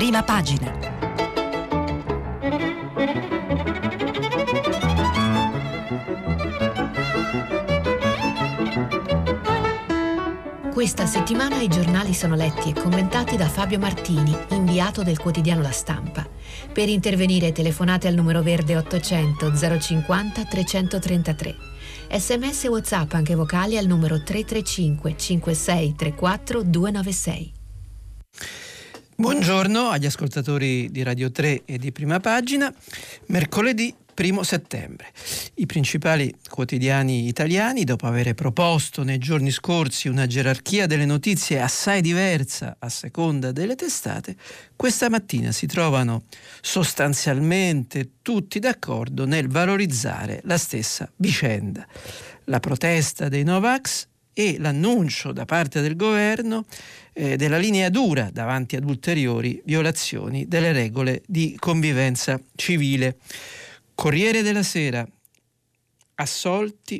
Prima pagina. Questa settimana i giornali sono letti e commentati da Fabio Martini, inviato del quotidiano La Stampa. Per intervenire telefonate al numero verde 800 050 333. SMS e WhatsApp anche vocali al numero 335 56 34 296. Buongiorno agli ascoltatori di Radio 3 e di Prima Pagina. Mercoledì 1 settembre. I principali quotidiani italiani, dopo aver proposto nei giorni scorsi una gerarchia delle notizie assai diversa a seconda delle testate, questa mattina si trovano sostanzialmente tutti d'accordo nel valorizzare la stessa vicenda. La protesta dei Novax e l'annuncio da parte del governo della linea dura davanti ad ulteriori violazioni delle regole di convivenza civile. Corriere della Sera, assalti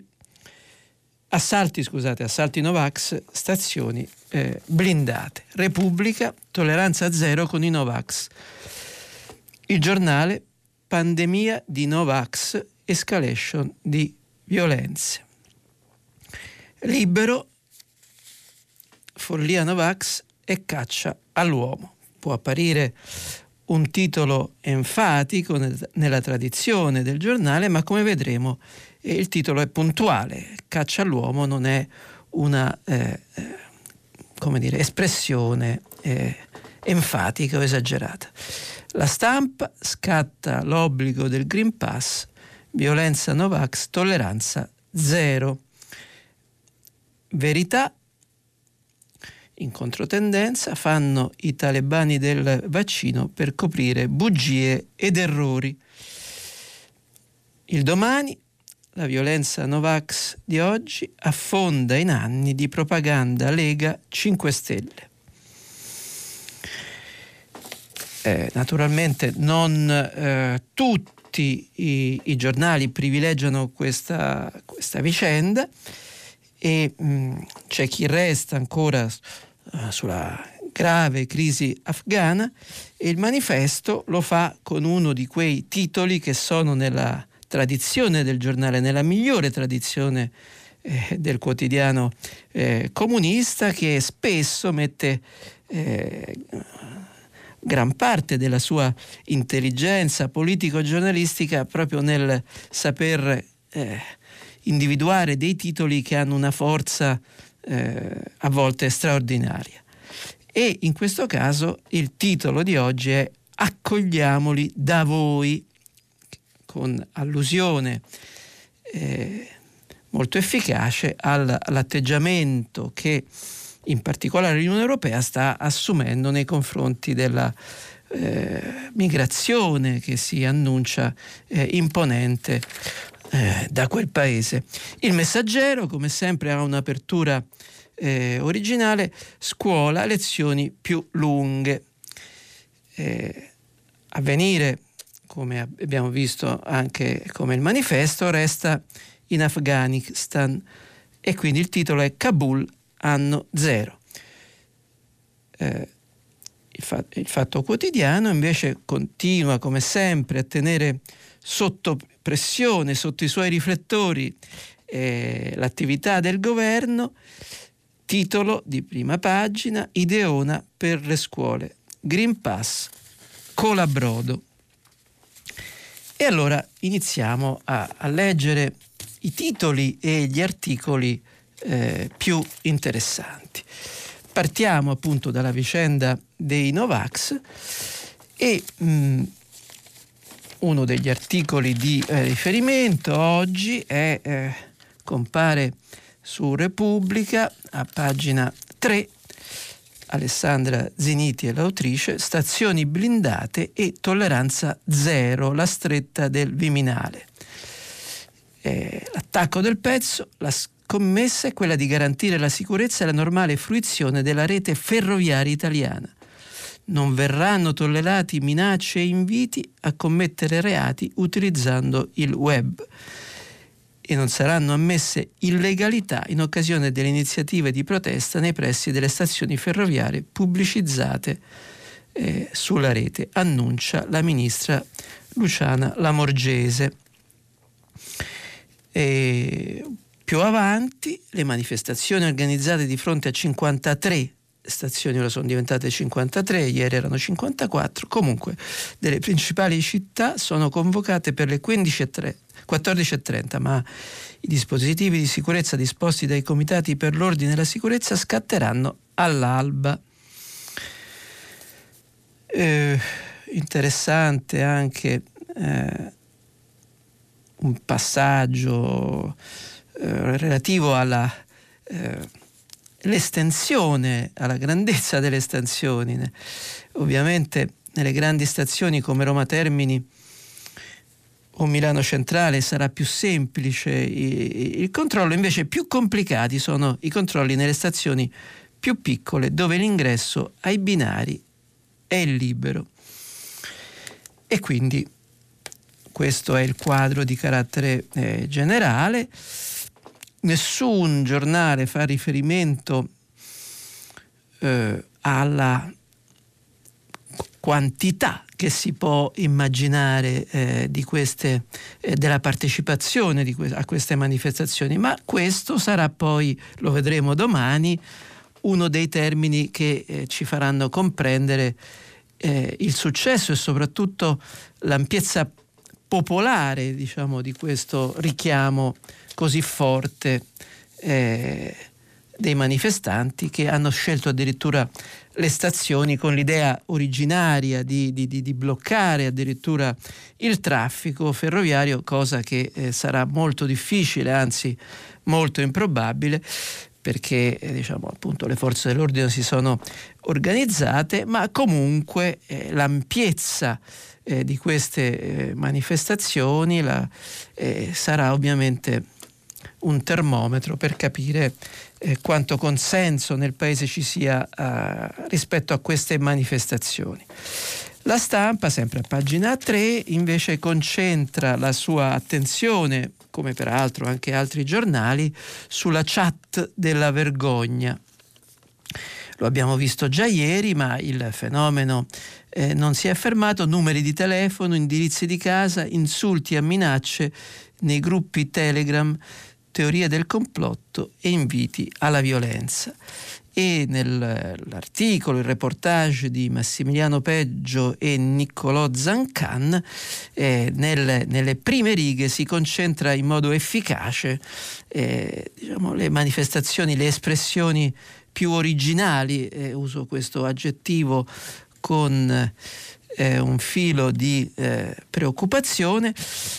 Novax, stazioni blindate. Repubblica, tolleranza zero con i Novax. Il Giornale, pandemia di Novax, escalation di violenze. Libero, follia Novax e caccia all'uomo. Può apparire un titolo enfatico nella tradizione del giornale, ma come vedremo il titolo è puntuale. Caccia all'uomo non è una espressione enfatica o esagerata. La Stampa, scatta l'obbligo del Green Pass, violenza Novax, tolleranza zero. Verità, in controtendenza, fanno i talebani del vaccino per coprire bugie ed errori. Il Domani, la violenza Novax di oggi affonda in anni di propaganda Lega 5 Stelle. Naturalmente non tutti i giornali privilegiano questa vicenda e c'è chi resta ancora sulla grave crisi afghana, e il Manifesto lo fa con uno di quei titoli che sono nella tradizione del giornale, nella migliore tradizione del quotidiano comunista, che spesso mette gran parte della sua intelligenza politico-giornalistica proprio nel saper individuare dei titoli che hanno una forza a volte straordinaria. E in questo caso il titolo di oggi è Accogliamoli da voi, con allusione molto efficace all'atteggiamento che in particolare l'Unione Europea sta assumendo nei confronti della migrazione che si annuncia imponente da quel paese. Il Messaggero, come sempre, ha un'apertura originale: scuola, lezioni più lunghe. Avvenire, come abbiamo visto anche come il Manifesto, resta in Afghanistan e quindi il titolo è Kabul anno zero. Il Fatto Quotidiano invece continua come sempre a tenere sotto pressione, sotto i suoi riflettori, l'attività del governo. Titolo di prima pagina: Ideona per le scuole, Green Pass colabrodo. E allora iniziamo a leggere i titoli e gli articoli più interessanti. Partiamo appunto dalla vicenda dei Novax e uno degli articoli di riferimento oggi compare su Repubblica a pagina 3. Alessandra Ziniti è l'autrice: stazioni blindate e tolleranza zero, la stretta del Viminale. L'attacco del pezzo: la scommessa è quella di garantire la sicurezza e la normale fruizione della rete ferroviaria italiana. Non verranno tollerati minacce e inviti a commettere reati utilizzando il web, e non saranno ammesse illegalità in occasione delle iniziative di protesta nei pressi delle stazioni ferroviarie pubblicizzate sulla rete, annuncia la ministra Luciana Lamorgese. Più avanti, le manifestazioni organizzate di fronte a 53 stazioni, ora sono diventate 53, ieri erano 54, comunque delle principali città sono convocate per le 14:30, ma i dispositivi di sicurezza disposti dai comitati per l'ordine e la sicurezza scatteranno all'alba. Interessante anche un passaggio relativo alla l'estensione, alla grandezza delle stazioni. Ovviamente nelle grandi stazioni come Roma Termini o Milano Centrale sarà più semplice il controllo, invece più complicati sono i controlli nelle stazioni più piccole, dove l'ingresso ai binari è libero. E quindi questo è il quadro di carattere generale. Nessun giornale fa riferimento alla quantità che si può immaginare di queste della partecipazione a queste manifestazioni, ma questo sarà poi, lo vedremo domani, uno dei termini che ci faranno comprendere il successo e soprattutto l'ampiezza popolare, diciamo, di questo richiamo così forte dei manifestanti, che hanno scelto addirittura le stazioni con l'idea originaria di bloccare addirittura il traffico ferroviario, cosa che sarà molto difficile, anzi molto improbabile, perché diciamo appunto le forze dell'ordine si sono organizzate, ma comunque l'ampiezza di queste manifestazioni sarà ovviamente un termometro per capire quanto consenso nel paese ci sia rispetto a queste manifestazioni. La Stampa, sempre a pagina 3, invece concentra la sua attenzione, come peraltro anche altri giornali, sulla chat della vergogna. Lo abbiamo visto già ieri, ma il fenomeno non si è fermato. Numeri di telefono, indirizzi di casa, insulti e minacce nei gruppi Telegram, teorie del complotto e inviti alla violenza. E nell'articolo, il reportage di Massimiliano Peggio e Niccolò Zancan, nelle prime righe si concentra in modo efficace diciamo, le manifestazioni, le espressioni più originali, uso questo aggettivo con un filo di preoccupazione.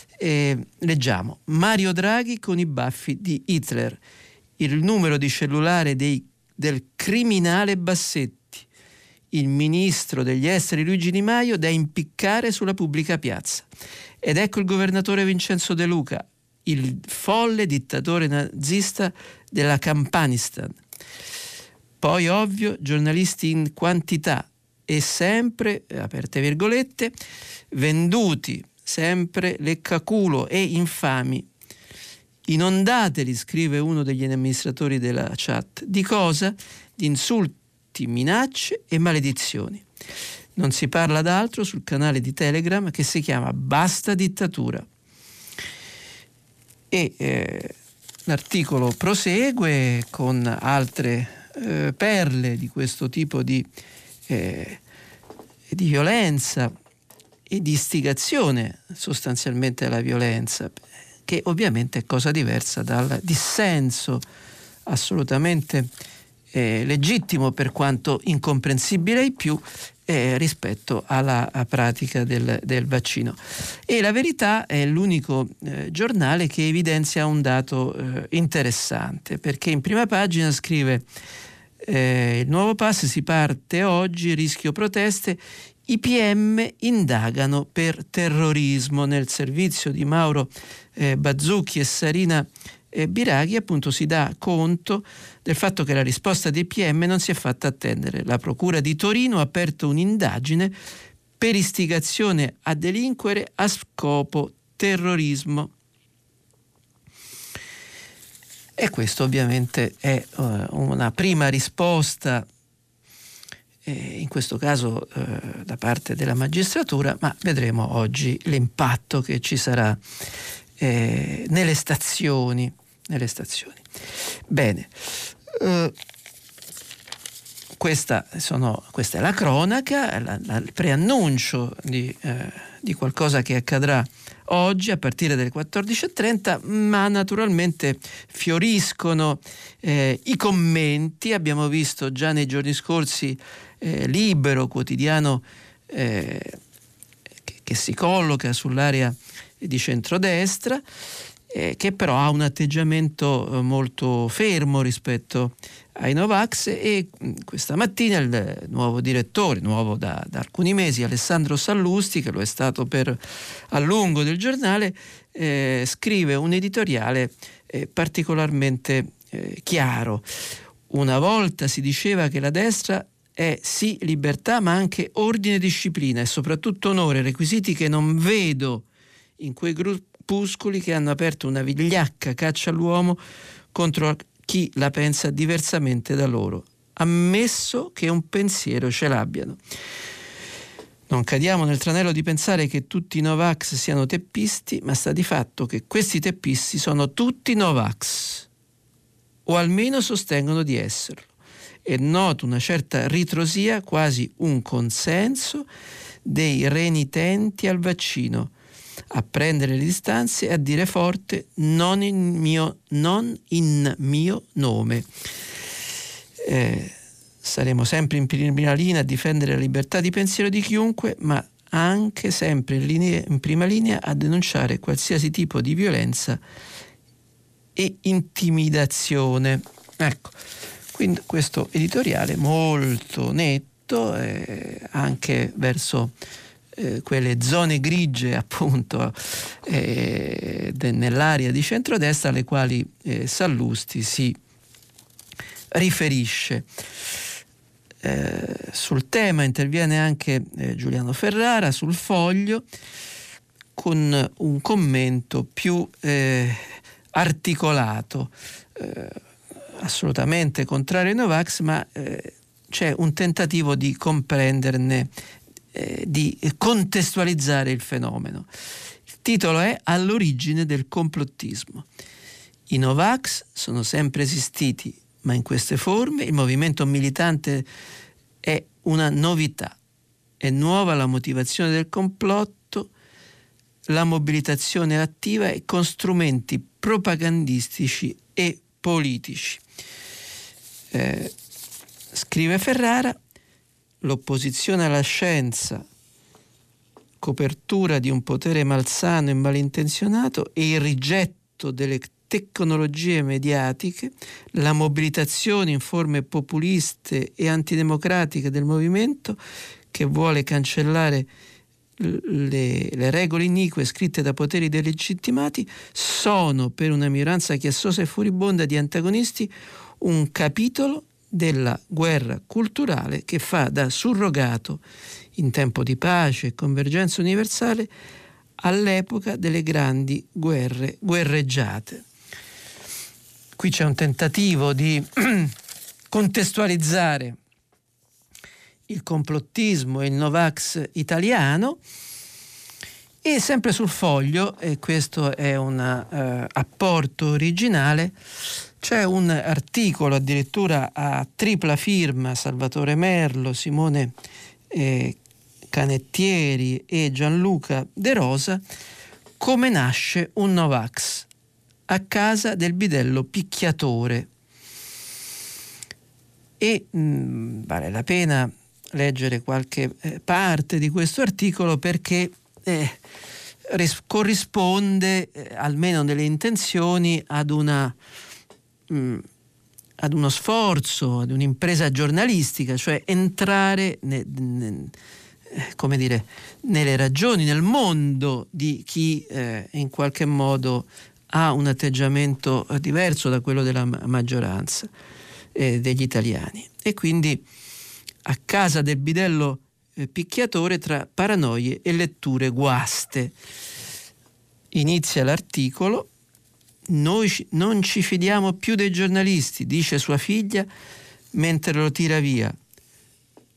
Leggiamo: Mario Draghi con i baffi di Hitler, il numero di cellulare del criminale Bassetti, il ministro degli esteri Luigi Di Maio da impiccare sulla pubblica piazza, ed ecco il governatore Vincenzo De Luca, il folle dittatore nazista della Campanistan. Poi ovvio, giornalisti in quantità e sempre, aperte virgolette, venduti, sempre leccaculo e infami. Inondateli, scrive uno degli amministratori della chat. Di cosa? Di insulti, minacce e maledizioni. Non si parla d'altro sul canale di Telegram che si chiama Basta Dittatura. E l'articolo prosegue con altre perle di questo tipo di violenza e di istigazione sostanzialmente alla violenza, che ovviamente è cosa diversa dal dissenso assolutamente legittimo, per quanto incomprensibile ai più, rispetto alla pratica del vaccino. E La Verità è l'unico giornale che evidenzia un dato interessante, perché in prima pagina scrive: il nuovo pass, si parte oggi, rischio proteste, i PM indagano per terrorismo. Nel servizio di Mauro Bazzucchi e Sarina Biraghi appunto si dà conto del fatto che la risposta dei PM non si è fatta attendere. La Procura di Torino ha aperto un'indagine per istigazione a delinquere a scopo terrorismo. E questo ovviamente è una prima risposta in questo caso da parte della magistratura, ma vedremo oggi l'impatto che ci sarà nelle stazioni. Bene, questa è la cronaca, il preannuncio di qualcosa che accadrà oggi a partire dalle 14.30, ma naturalmente fioriscono i commenti. Abbiamo visto già nei giorni scorsi Libero, quotidiano che si colloca sull'area di centrodestra, che però ha un atteggiamento molto fermo rispetto ai Novax, e questa mattina il nuovo direttore, nuovo da alcuni mesi, Alessandro Sallusti, che lo è stato a lungo del giornale, scrive un editoriale particolarmente chiaro. Una volta si diceva che la destra è sì libertà ma anche ordine e disciplina, e soprattutto onore, requisiti che non vedo in quei gruppuscoli che hanno aperto una vigliacca caccia all'uomo contro chi la pensa diversamente da loro, ammesso che un pensiero ce l'abbiano. Non cadiamo nel tranello di pensare che tutti i Novax siano teppisti, ma sta di fatto che questi teppisti sono tutti Novax, o almeno sostengono di esserlo, e noto una certa ritrosia, quasi un consenso dei renitenti al vaccino, a prendere le distanze e a dire forte non in mio nome. Saremo sempre in prima linea a difendere la libertà di pensiero di chiunque, ma anche sempre in prima linea a denunciare qualsiasi tipo di violenza e intimidazione. Ecco, quindi questo editoriale molto netto, anche verso quelle zone grigie, appunto, nell'area di centrodestra alle quali Sallusti si riferisce. Sul tema interviene anche Giuliano Ferrara sul Foglio con un commento più articolato, assolutamente contrario ai Novax, ma c'è un tentativo di comprenderne, di contestualizzare il fenomeno. Il titolo è All'origine del complottismo. I Novax sono sempre esistiti, ma in queste forme il movimento militante è una novità. È nuova la motivazione del complotto, la mobilitazione attiva e con strumenti propagandistici e politici. Scrive Ferrara, l'opposizione alla scienza, copertura di un potere malsano e malintenzionato, e il rigetto delle tecnologie mediatiche, la mobilitazione in forme populiste e antidemocratiche del movimento che vuole cancellare le regole inique scritte da poteri delegittimati, sono per una minoranza chiassosa e furibonda di antagonisti un capitolo della guerra culturale che fa da surrogato in tempo di pace e convergenza universale all'epoca delle grandi guerreggiate. Qui c'è un tentativo di contestualizzare il complottismo e il Novax italiano, e sempre sul Foglio, e questo è un apporto originale, c'è un articolo addirittura a tripla firma, Salvatore Merlo, Simone Canettieri e Gianluca De Rosa, come nasce un Novax a casa del bidello picchiatore. E vale la pena leggere qualche parte di questo articolo, perché corrisponde, almeno nelle intenzioni, ad uno sforzo, ad un'impresa giornalistica, cioè entrare come dire, nelle ragioni, nel mondo di chi in qualche modo ha un atteggiamento diverso da quello della maggioranza degli italiani. E quindi a casa del bidello picchiatore, tra paranoie e letture guaste. Inizia l'articolo: noi non ci fidiamo più dei giornalisti, dice sua figlia mentre lo tira via.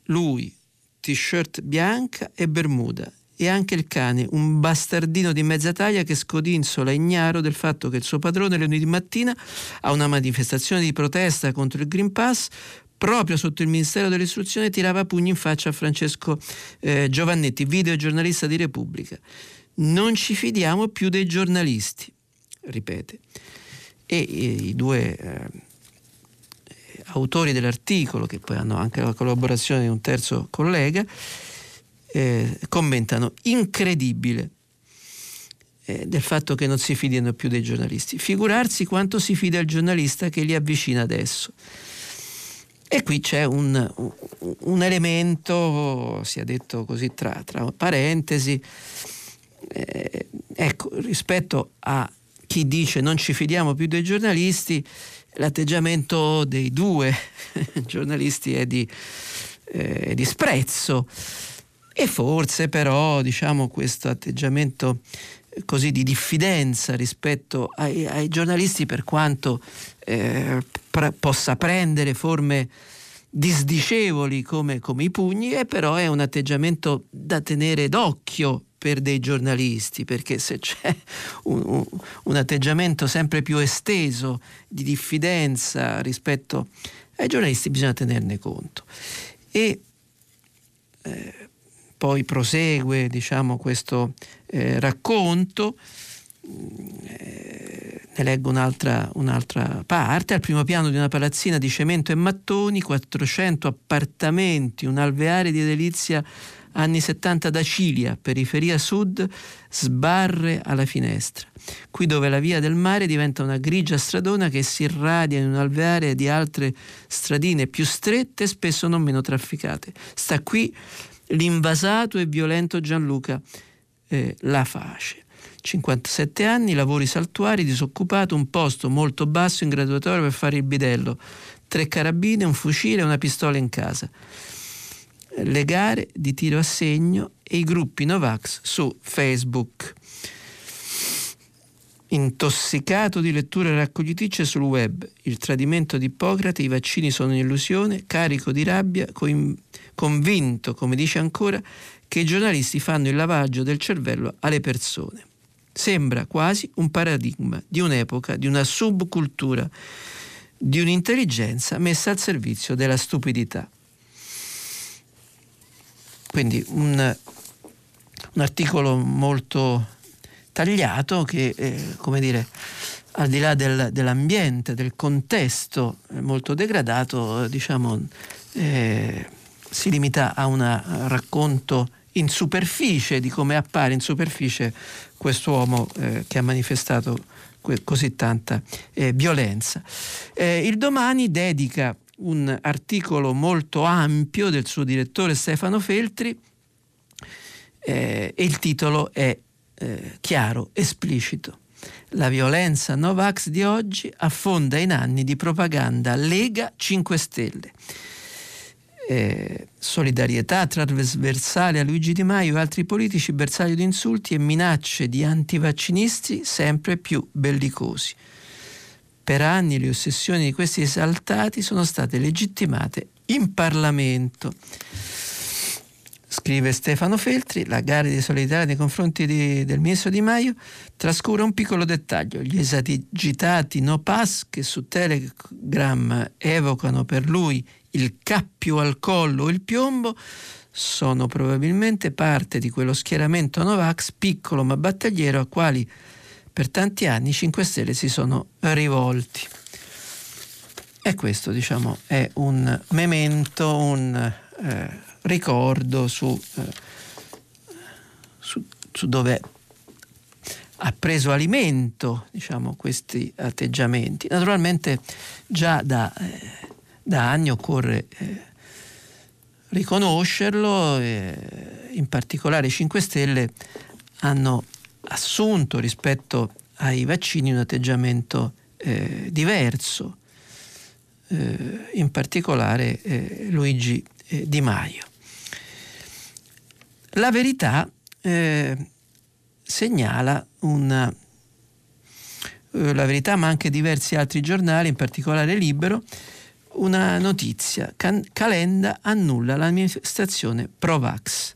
lui, t-shirt bianca e bermuda, e anche il cane, un bastardino di mezza taglia che scodinzola ignaro del fatto che il suo padrone lunedì mattina a una manifestazione di protesta contro il Green Pass, proprio sotto il Ministero dell'Istruzione, tirava pugni in faccia a Francesco Giovannetti, videogiornalista di Repubblica. Non ci fidiamo più dei giornalisti, ripete. E i due autori dell'articolo, che poi hanno anche la collaborazione di un terzo collega, commentano: incredibile del fatto che non si fidino più dei giornalisti, figurarsi quanto si fida il giornalista che li avvicina adesso. E qui c'è un elemento, sia detto così tra parentesi, ecco, rispetto a chi dice non ci fidiamo più dei giornalisti, l'atteggiamento dei due giornalisti è di sprezzo. E forse però, diciamo, questo atteggiamento così di diffidenza rispetto ai giornalisti, per quanto possa prendere forme disdicevoli come i pugni, però è un atteggiamento da tenere d'occhio per dei giornalisti, perché se c'è un atteggiamento sempre più esteso di diffidenza rispetto ai giornalisti, bisogna tenerne conto. E poi prosegue, diciamo, questo racconto. Ne leggo un'altra parte. Al primo piano di una palazzina di cemento e mattoni, 400 appartamenti, un alveare di edilizia anni 70 da Cilia, periferia sud, sbarre alla finestra. Qui dove la via del mare diventa una grigia stradona che si irradia in un alveare di altre stradine più strette, spesso non meno trafficate. Sta qui l'invasato e violento Gianluca Laface. 57 anni, lavori saltuari, disoccupato, un posto molto basso in graduatoria per fare il bidello, 3 carabine, un fucile e una pistola in casa. Le gare di tiro a segno e i gruppi Novax su Facebook. Intossicato di letture raccogliticce sul web, il tradimento di Ippocrate, i vaccini sono un'illusione, carico di rabbia, convinto, come dice ancora, che i giornalisti fanno il lavaggio del cervello alle persone. Sembra quasi un paradigma di un'epoca, di una subcultura, di un'intelligenza messa al servizio della stupidità. Quindi un articolo molto tagliato che, come dire, al di là dell'ambiente, del contesto molto degradato, diciamo, si limita a un racconto in superficie di come appare in superficie quest'uomo che ha manifestato così tanta violenza. Il Domani dedica un articolo molto ampio del suo direttore Stefano Feltri e il titolo è chiaro, esplicito. La violenza Novax di oggi affonda in anni di propaganda Lega 5 Stelle. Solidarietà trasversale a Luigi Di Maio e altri politici, bersaglio di insulti e minacce di antivaccinisti sempre più bellicosi. Per anni le ossessioni di questi esaltati sono state legittimate in Parlamento. Scrive Stefano Feltri, la gara di solidarietà nei confronti del ministro Di Maio trascura un piccolo dettaglio. Gli esagitati no pass che su Telegram evocano per lui il cappio al collo o il piombo sono probabilmente parte di quello schieramento Novax piccolo ma battagliero a quali per tanti anni i 5 Stelle si sono rivolti. E questo, diciamo, è un memento, un ricordo su dove ha preso alimento, diciamo, questi atteggiamenti. Naturalmente già da anni occorre riconoscerlo, in particolare i 5 Stelle hanno assunto rispetto ai vaccini un atteggiamento diverso, in particolare Luigi Di Maio. La Verità segnala La Verità, ma anche diversi altri giornali, in particolare Libero, una notizia: Calenda annulla la manifestazione pro-vax.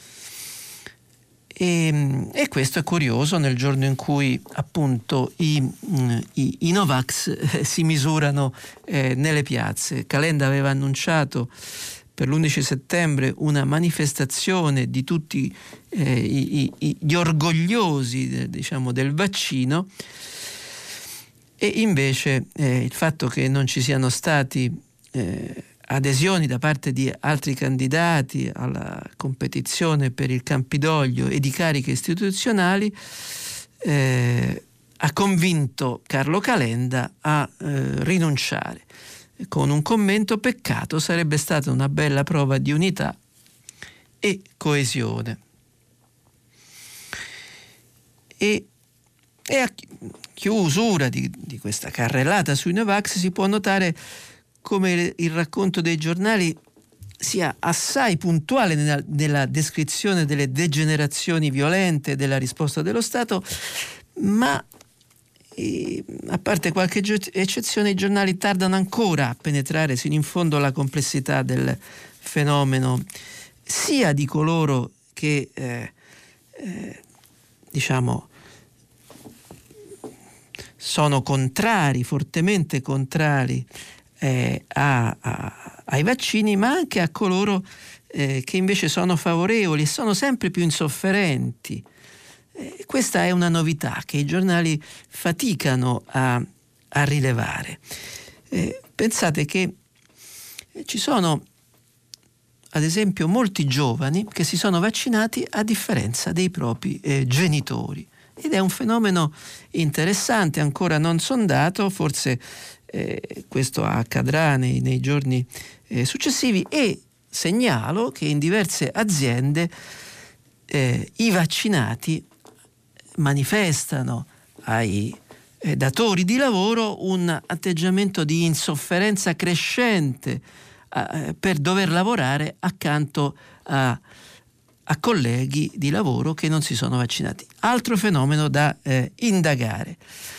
E questo è curioso nel giorno in cui appunto i Novax si misurano nelle piazze. Calenda aveva annunciato per l'11 settembre una manifestazione di tutti gli orgogliosi del vaccino, e invece il fatto che non ci siano stati adesioni da parte di altri candidati alla competizione per il Campidoglio e di cariche istituzionali ha convinto Carlo Calenda a rinunciare, con un commento: peccato, sarebbe stata una bella prova di unità e coesione. E a chiusura di questa carrellata sui Novax si può notare come il racconto dei giornali sia assai puntuale nella descrizione delle degenerazioni violente della risposta dello Stato, ma a parte qualche eccezione i giornali tardano ancora a penetrare sino in fondo la complessità del fenomeno, sia di coloro che sono contrari, fortemente contrari ai vaccini, ma anche a coloro che invece sono favorevoli e sono sempre più insofferenti. Questa è una novità che i giornali faticano a rilevare. Pensate che ci sono, ad esempio, molti giovani che si sono vaccinati a differenza dei propri genitori, ed è un fenomeno interessante, ancora non sondato, forse questo accadrà nei giorni successivi, e segnalo che in diverse aziende i vaccinati manifestano ai datori di lavoro un atteggiamento di insofferenza crescente per dover lavorare accanto a colleghi di lavoro che non si sono vaccinati. Altro fenomeno da indagare.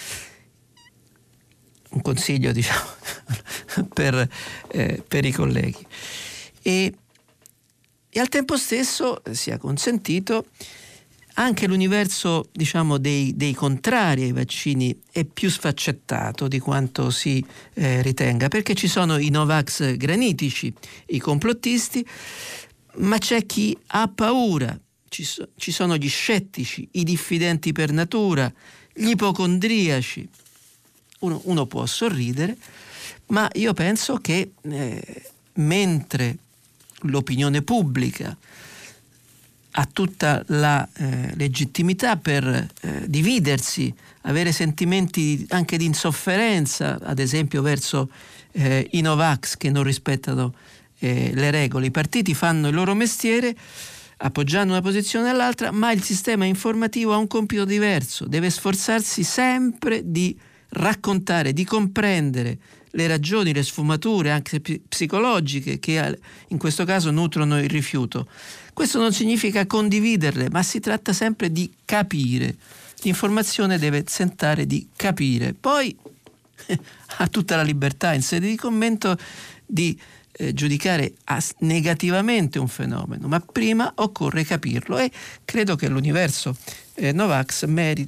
Un consiglio, per i colleghi. E al tempo stesso sia consentito anche l'universo, dei contrari ai vaccini è più sfaccettato di quanto si ritenga, perché ci sono i Novax granitici, i complottisti, ma c'è chi ha paura, ci sono gli scettici, i diffidenti per natura, gli ipocondriaci. Uno può sorridere, ma io penso che mentre l'opinione pubblica ha tutta la legittimità per dividersi, avere sentimenti anche di insofferenza, ad esempio verso i Novax che non rispettano le regole, i partiti fanno il loro mestiere appoggiando una posizione all'altra, ma il sistema informativo ha un compito diverso, deve sforzarsi sempre di raccontare, di comprendere le ragioni, le sfumature anche psicologiche che in questo caso nutrono il rifiuto. Questo non significa condividerle, ma si tratta sempre di capire. L'informazione deve tentare di capire. Poi ha tutta la libertà in sede di commento di giudicare negativamente un fenomeno, ma prima occorre capirlo, e credo che l'universo Novax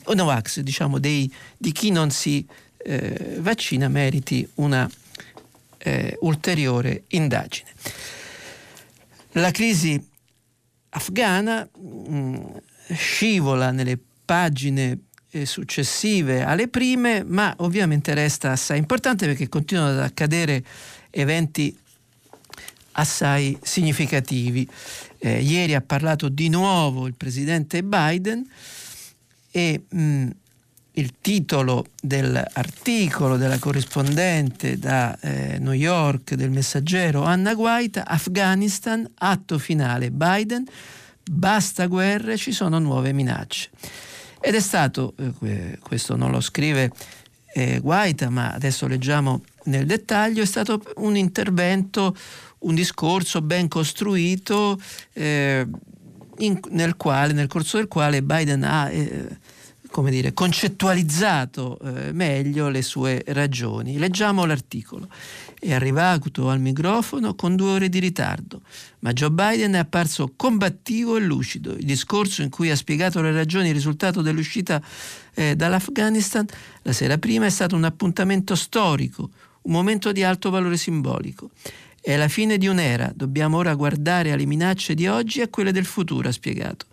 di chi non si vaccina meriti una ulteriore indagine. La crisi afghana scivola nelle pagine successive alle prime, ma ovviamente resta assai importante perché continuano ad accadere eventi assai significativi. Ieri ha parlato di nuovo il presidente Biden e il titolo dell'articolo della corrispondente da New York del Messaggero Anna Guaita: Afghanistan, atto finale Biden, basta guerre, ci sono nuove minacce. Ed è stato, questo non lo scrive Guaita, ma adesso leggiamo nel dettaglio, è stato un intervento, un discorso ben costruito nel corso del quale Biden ha concettualizzato meglio le sue ragioni. Leggiamo l'articolo. È arrivato al microfono con 2 ore di ritardo, ma Joe Biden è apparso combattivo e lucido. Il discorso in cui ha spiegato le ragioni e il risultato dell'uscita dall'Afghanistan la sera prima è stato un appuntamento storico, un momento di alto valore simbolico. È la fine di un'era, dobbiamo ora guardare alle minacce di oggi e a quelle del futuro, ha spiegato.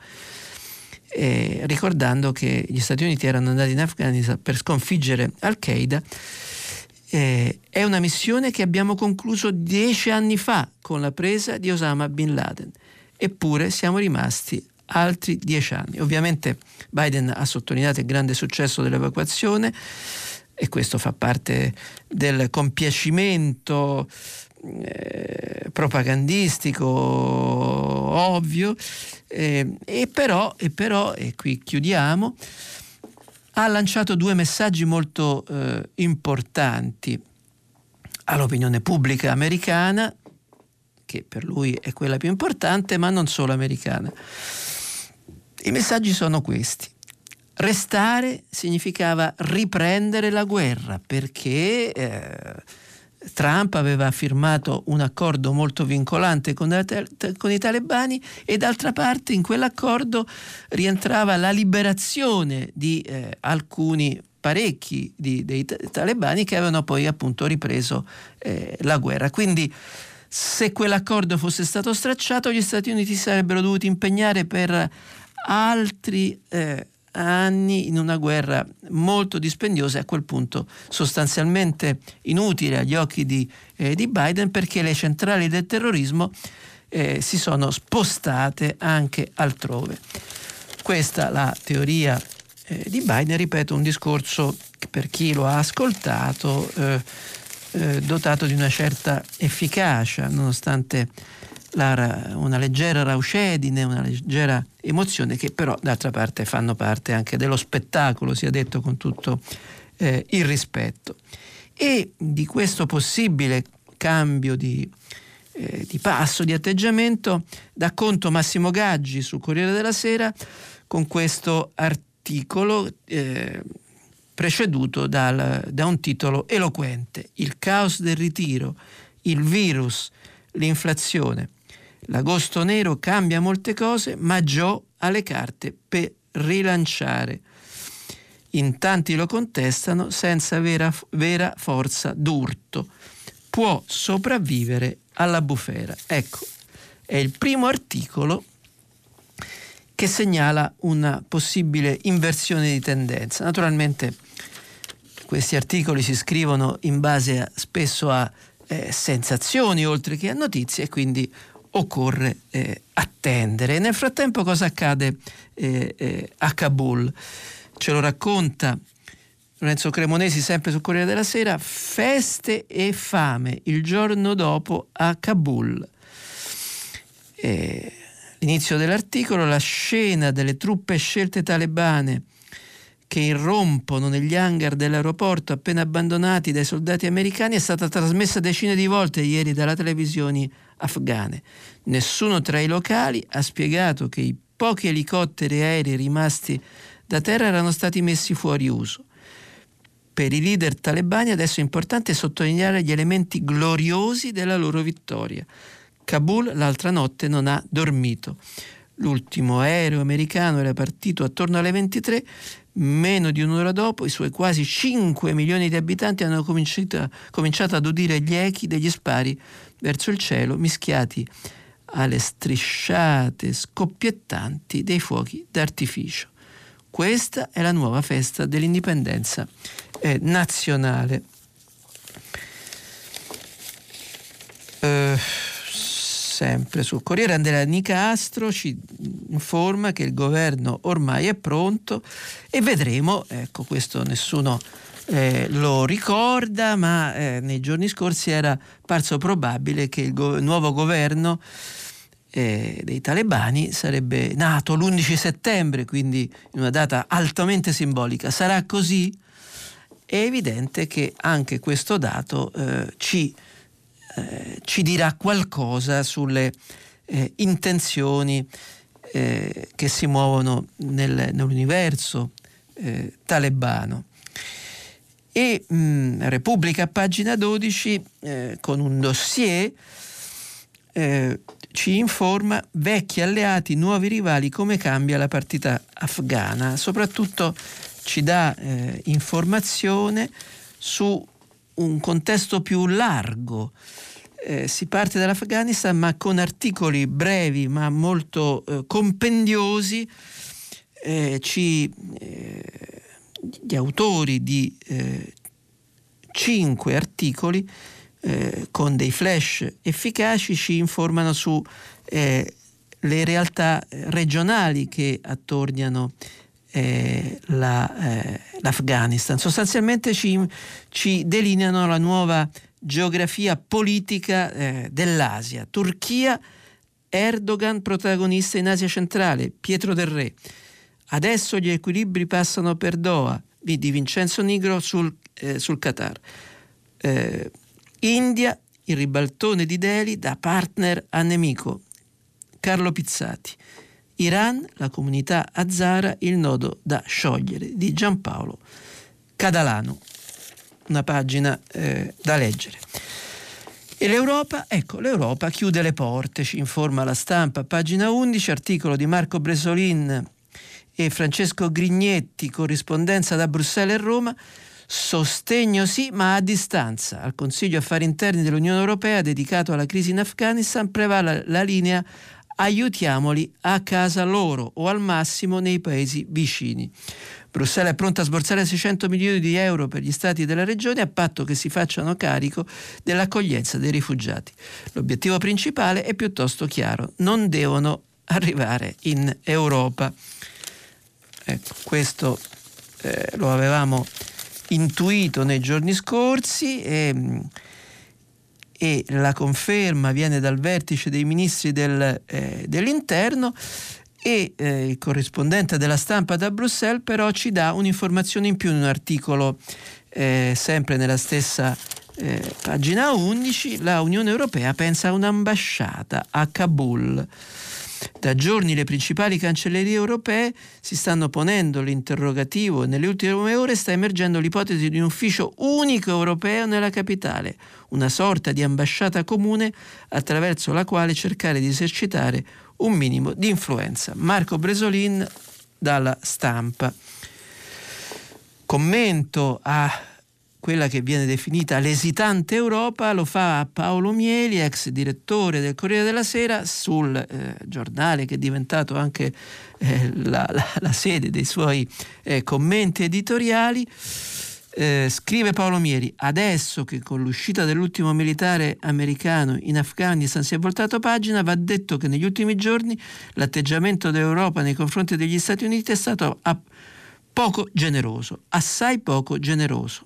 Ricordando che gli Stati Uniti erano andati in Afghanistan per sconfiggere Al-Qaeda. È una missione che abbiamo concluso 10 anni fa con la presa di Osama Bin Laden, eppure siamo rimasti altri 10 anni. Ovviamente Biden ha sottolineato il grande successo dell'evacuazione e questo fa parte del compiacimento propagandistico ovvio, e però, e qui chiudiamo, ha lanciato 2 messaggi molto importanti all'opinione pubblica americana, che per lui è quella più importante, ma non solo americana. I messaggi sono questi. Restare significava riprendere la guerra, perché Trump aveva firmato un accordo molto vincolante con i talebani e d'altra parte in quell'accordo rientrava la liberazione di parecchi dei talebani che avevano poi appunto ripreso la guerra. Quindi se quell'accordo fosse stato stracciato, gli Stati Uniti sarebbero dovuti impegnare per altri anni in una guerra molto dispendiosa e a quel punto sostanzialmente inutile agli occhi di Biden, perché le centrali del terrorismo si sono spostate anche altrove. Questa la teoria di Biden, ripeto, un discorso che per chi lo ha ascoltato dotato di una certa efficacia, nonostante una leggera raucedine, una leggera emozione, che però d'altra parte fanno parte anche dello spettacolo, sia detto con tutto il rispetto. E di questo possibile cambio di passo, di atteggiamento, dà conto Massimo Gaggi sul Corriere della Sera con questo articolo preceduto da un titolo eloquente: il caos del ritiro, il virus, l'inflazione. L'agosto nero cambia molte cose, ma Joe ha le carte per rilanciare. In tanti lo contestano senza vera forza d'urto. Può sopravvivere alla bufera. Ecco, è il primo articolo che segnala una possibile inversione di tendenza. Naturalmente questi articoli si scrivono in base spesso a sensazioni oltre che a notizie, e quindi occorre attendere. Nel frattempo cosa accade a Kabul? Ce lo racconta Lorenzo Cremonesi sempre sul Corriere della Sera. Feste e fame il giorno dopo a Kabul. L'inizio dell'articolo: la scena delle truppe scelte talebane che irrompono negli hangar dell'aeroporto appena abbandonati dai soldati americani è stata trasmessa decine di volte ieri dalle televisioni afghane. Nessuno tra i locali ha spiegato che i pochi elicotteri e aerei rimasti da terra erano stati messi fuori uso. Per i leader talebani adesso è importante sottolineare gli elementi gloriosi della loro vittoria. Kabul l'altra notte non ha dormito. L'ultimo aereo americano era partito attorno alle 23. Meno di un'ora dopo i suoi quasi 5 milioni di abitanti hanno cominciato ad udire gli echi degli spari verso il cielo, mischiati alle strisciate scoppiettanti dei fuochi d'artificio. Questa è la nuova festa dell'indipendenza nazionale. Sempre sul Corriere, Andrea Nicastro ci informa che il governo ormai è pronto e vedremo, ecco, questo nessuno lo ricorda, ma nei giorni scorsi era parso probabile che il nuovo governo dei talebani sarebbe nato l'11 settembre, quindi in una data altamente simbolica. Sarà così? È evidente che anche questo dato ci dirà qualcosa sulle intenzioni che si muovono nell'universo talebano. E Repubblica, pagina 12, con un dossier, ci informa: vecchi alleati, nuovi rivali, come cambia la partita afghana. Soprattutto ci dà informazione su un contesto più largo. Si parte dall'Afghanistan, ma con articoli brevi ma molto compendiosi. Gli autori di 5 articoli con dei flash efficaci ci informano su le realtà regionali che attorniano l'Afghanistan. Sostanzialmente ci delineano la nuova geografia politica dell'Asia. Turchia, Erdogan protagonista in Asia centrale, Pietro del Re. Adesso gli equilibri passano per Doha, di Vincenzo Nigro sul Qatar. India, il ribaltone di Delhi da partner a nemico, Carlo Pizzati. Iran, la comunità azara, il nodo da sciogliere, di Giampaolo Cadalano. Una pagina da leggere. E l'Europa? Ecco, l'Europa chiude le porte, ci informa La Stampa, pagina 11, articolo di Marco Bresolin e Francesco Grignetti, corrispondenza da Bruxelles e Roma. Sostegno sì, ma a distanza. Al Consiglio Affari Interni dell'Unione Europea dedicato alla crisi in Afghanistan prevale la linea aiutiamoli a casa loro o al massimo nei paesi vicini. Bruxelles è pronta a sborsare 600 milioni di euro per gli stati della regione a patto che si facciano carico dell'accoglienza dei rifugiati. L'obiettivo principale è piuttosto chiaro: non devono arrivare in Europa. Ecco, questo lo avevamo intuito nei giorni scorsi e la conferma viene dal vertice dei ministri dell'interno e il corrispondente della Stampa da Bruxelles però ci dà un'informazione in più in un articolo sempre nella stessa pagina 11. La Unione Europea pensa a un'ambasciata a Kabul. Da giorni le principali cancellerie europee si stanno ponendo l'interrogativo e nelle ultime ore sta emergendo l'ipotesi di un ufficio unico europeo nella capitale, una sorta di ambasciata comune attraverso la quale cercare di esercitare un minimo di influenza. Marco Bresolin dalla Stampa. Commento a quella che viene definita l'esitante Europa lo fa Paolo Mieli, ex direttore del Corriere della Sera, sul giornale che è diventato anche la sede dei suoi commenti editoriali. Scrive Paolo Mieli: adesso che con l'uscita dell'ultimo militare americano in Afghanistan si è voltato pagina, va detto che negli ultimi giorni l'atteggiamento dell'Europa nei confronti degli Stati Uniti è stato poco generoso, assai poco generoso.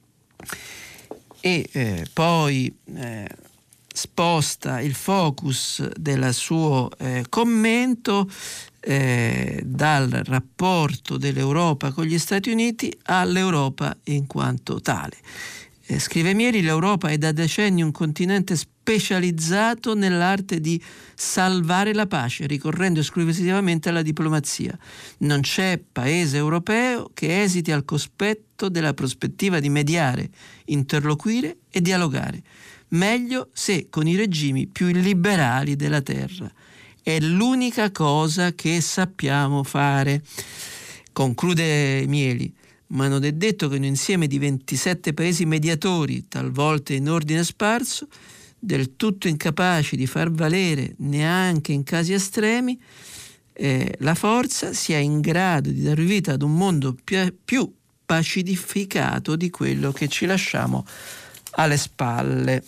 E poi sposta il focus del suo commento dal rapporto dell'Europa con gli Stati Uniti all'Europa in quanto tale. Scrive Mieli: l'Europa è da decenni un continente specializzato nell'arte di salvare la pace, ricorrendo esclusivamente alla diplomazia. Non c'è paese europeo che esiti al cospetto della prospettiva di mediare, interloquire e dialogare, meglio se con i regimi più illiberali della terra. È l'unica cosa che sappiamo fare. Conclude Mieli: ma non è detto che un insieme di 27 paesi mediatori, talvolta in ordine sparso, del tutto incapaci di far valere neanche in casi estremi la forza, sia in grado di dar vita ad un mondo più pacificato di quello che ci lasciamo alle spalle.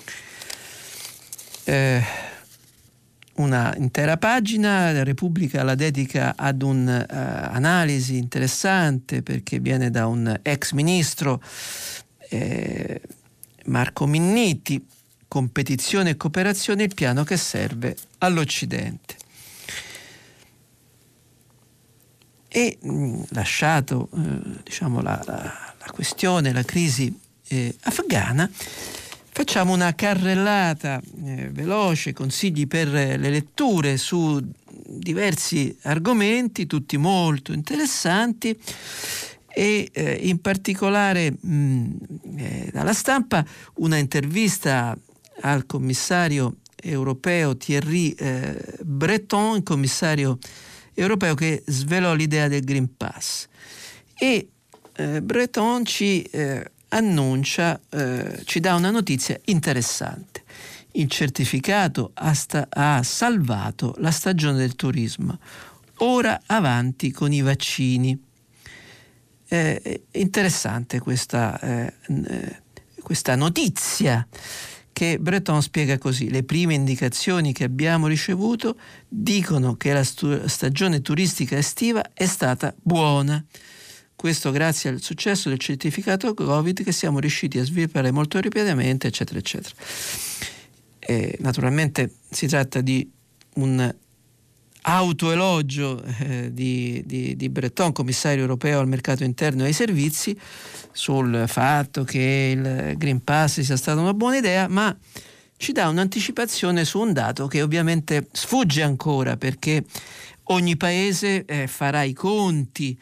Una intera pagina, la Repubblica la dedica ad un'analisi interessante perché viene da un ex ministro, Marco Minniti. Competizione e cooperazione, il piano che serve all'Occidente. E lasciato la questione, la crisi afghana, facciamo una carrellata veloce, consigli per le letture su diversi argomenti, tutti molto interessanti, e in particolare dalla Stampa una intervista al commissario europeo Thierry Breton, il commissario europeo che svelò l'idea del Green Pass. E Breton ci annuncia, ci dà una notizia interessante. Il certificato ha salvato la stagione del turismo. Ora avanti con i vaccini. Interessante questa notizia, che Breton spiega così: le prime indicazioni che abbiamo ricevuto dicono che la stagione turistica estiva è stata buona. Questo grazie al successo del certificato Covid che siamo riusciti a sviluppare molto rapidamente, eccetera, eccetera. Naturalmente si tratta di un autoelogio di Breton, commissario europeo al mercato interno e ai servizi, sul fatto che il Green Pass sia stata una buona idea, ma ci dà un'anticipazione su un dato che ovviamente sfugge ancora, perché ogni paese farà i conti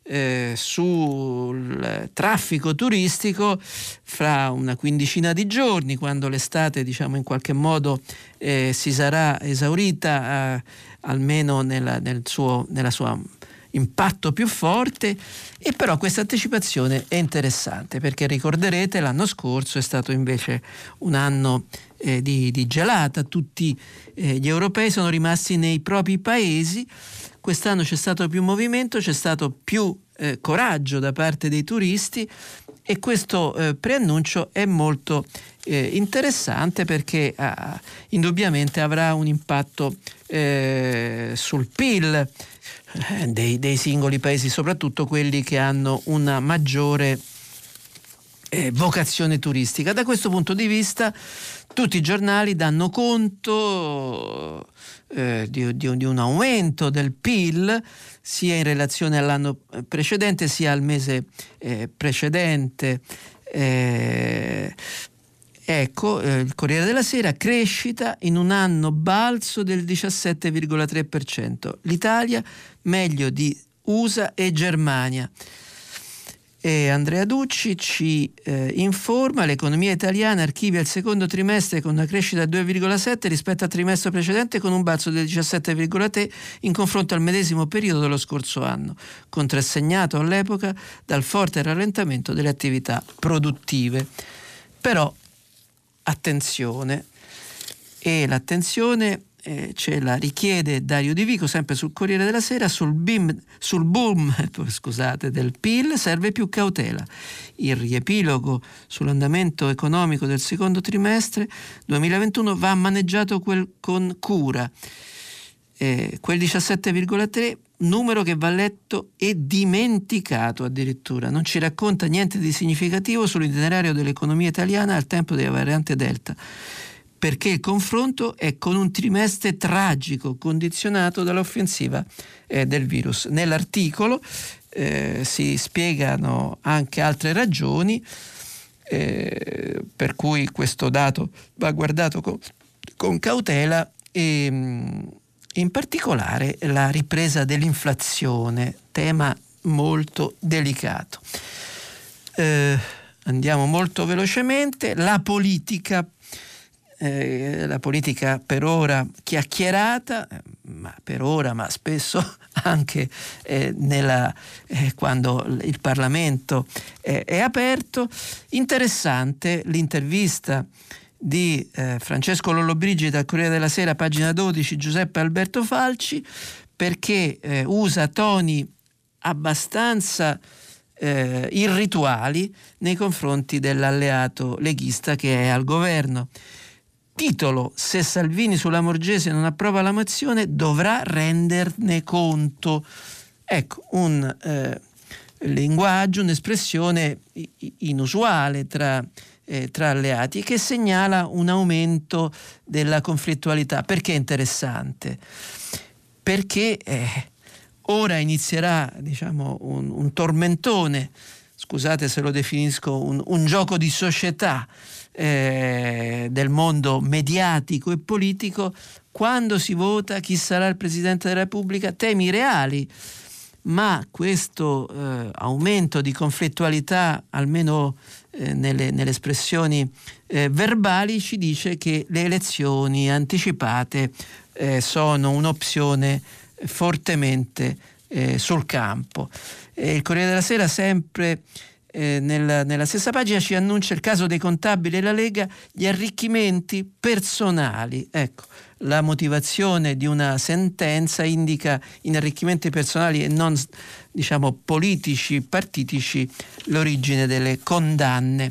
sul traffico turistico fra una quindicina di giorni, quando l'estate, diciamo, in qualche modo si sarà esaurita, almeno nella sua impatto più forte. E però questa anticipazione è interessante, perché ricorderete l'anno scorso è stato invece un anno di gelata, tutti gli europei sono rimasti nei propri paesi. Quest'anno c'è stato più movimento, c'è stato più coraggio da parte dei turisti, e questo preannuncio è molto interessante, perché indubbiamente avrà un impatto sul PIL dei singoli paesi, soprattutto quelli che hanno una maggiore vocazione turistica. Da questo punto di vista tutti i giornali danno conto di un aumento del PIL, sia in relazione all'anno precedente sia al mese precedente. Il Corriere della Sera: crescita in un anno, balzo del 17,3%. L'Italia meglio di USA e Germania. E Andrea Ducci ci informa: l'economia italiana archivia il secondo trimestre con una crescita del 2,7 rispetto al trimestre precedente, con un balzo del 17,3 in confronto al medesimo periodo dello scorso anno, contrassegnato all'epoca dal forte rallentamento delle attività produttive. Però attenzione, e l'attenzione ce la richiede Dario Di Vico, sempre sul Corriere della Sera: sul boom del PIL serve più cautela. Il riepilogo sull'andamento economico del secondo trimestre 2021 va maneggiato con cura. Quel 17,3, numero che va letto e dimenticato addirittura, non ci racconta niente di significativo sull'itinerario dell'economia italiana al tempo della variante Delta, perché il confronto è con un trimestre tragico condizionato dall'offensiva del virus. Nell'articolo si spiegano anche altre ragioni per cui questo dato va guardato con cautela, e in particolare la ripresa dell'inflazione, tema molto delicato. Andiamo molto velocemente. La politica per ora chiacchierata, ma spesso anche quando il Parlamento è aperto. Interessante l'intervista di Francesco Lollobrigida al Corriere della Sera, pagina 12, Giuseppe Alberto Falci, perché usa toni abbastanza irrituali nei confronti dell'alleato leghista che è al governo. Titolo: se Salvini sulla Lamorgese non approva la mozione dovrà renderne conto. Ecco, un linguaggio, un'espressione inusuale tra alleati, che segnala un aumento della conflittualità. Perché è interessante? Perché ora inizierà, diciamo, un tormentone, scusate se lo definisco un gioco di società del mondo mediatico e politico. Quando si vota chi sarà il Presidente della Repubblica, temi reali, ma questo aumento di conflittualità, almeno nelle espressioni verbali, ci dice che le elezioni anticipate sono un'opzione fortemente sul campo. Il Corriere della Sera, sempre nella stessa pagina, ci annuncia il caso dei contabili e la Lega, gli arricchimenti personali. Ecco, la motivazione di una sentenza indica in arricchimenti personali e non, diciamo, politici, partitici, l'origine delle condanne.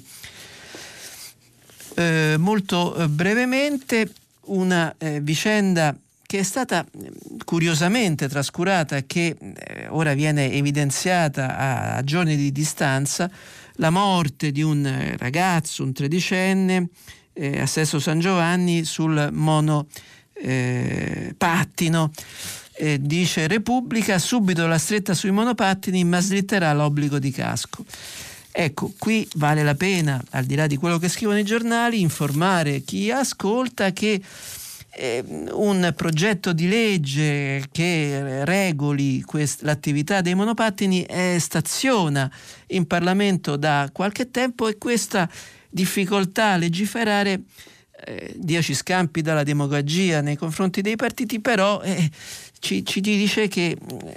Molto brevemente, una vicenda che è stata curiosamente trascurata e che ora viene evidenziata a giorni di distanza: la morte di un ragazzo, un tredicenne, a Sesto San Giovanni sul monopattino. Dice Repubblica: subito la stretta sui monopattini, ma slitterà l'obbligo di casco. Ecco, qui vale la pena, al di là di quello che scrivono i giornali, informare chi ascolta che un progetto di legge che regoli l'attività dei monopattini staziona in Parlamento da qualche tempo, e questa difficoltà a legiferare, Dio ci scampi dalla demagogia nei confronti dei partiti, però ci dice che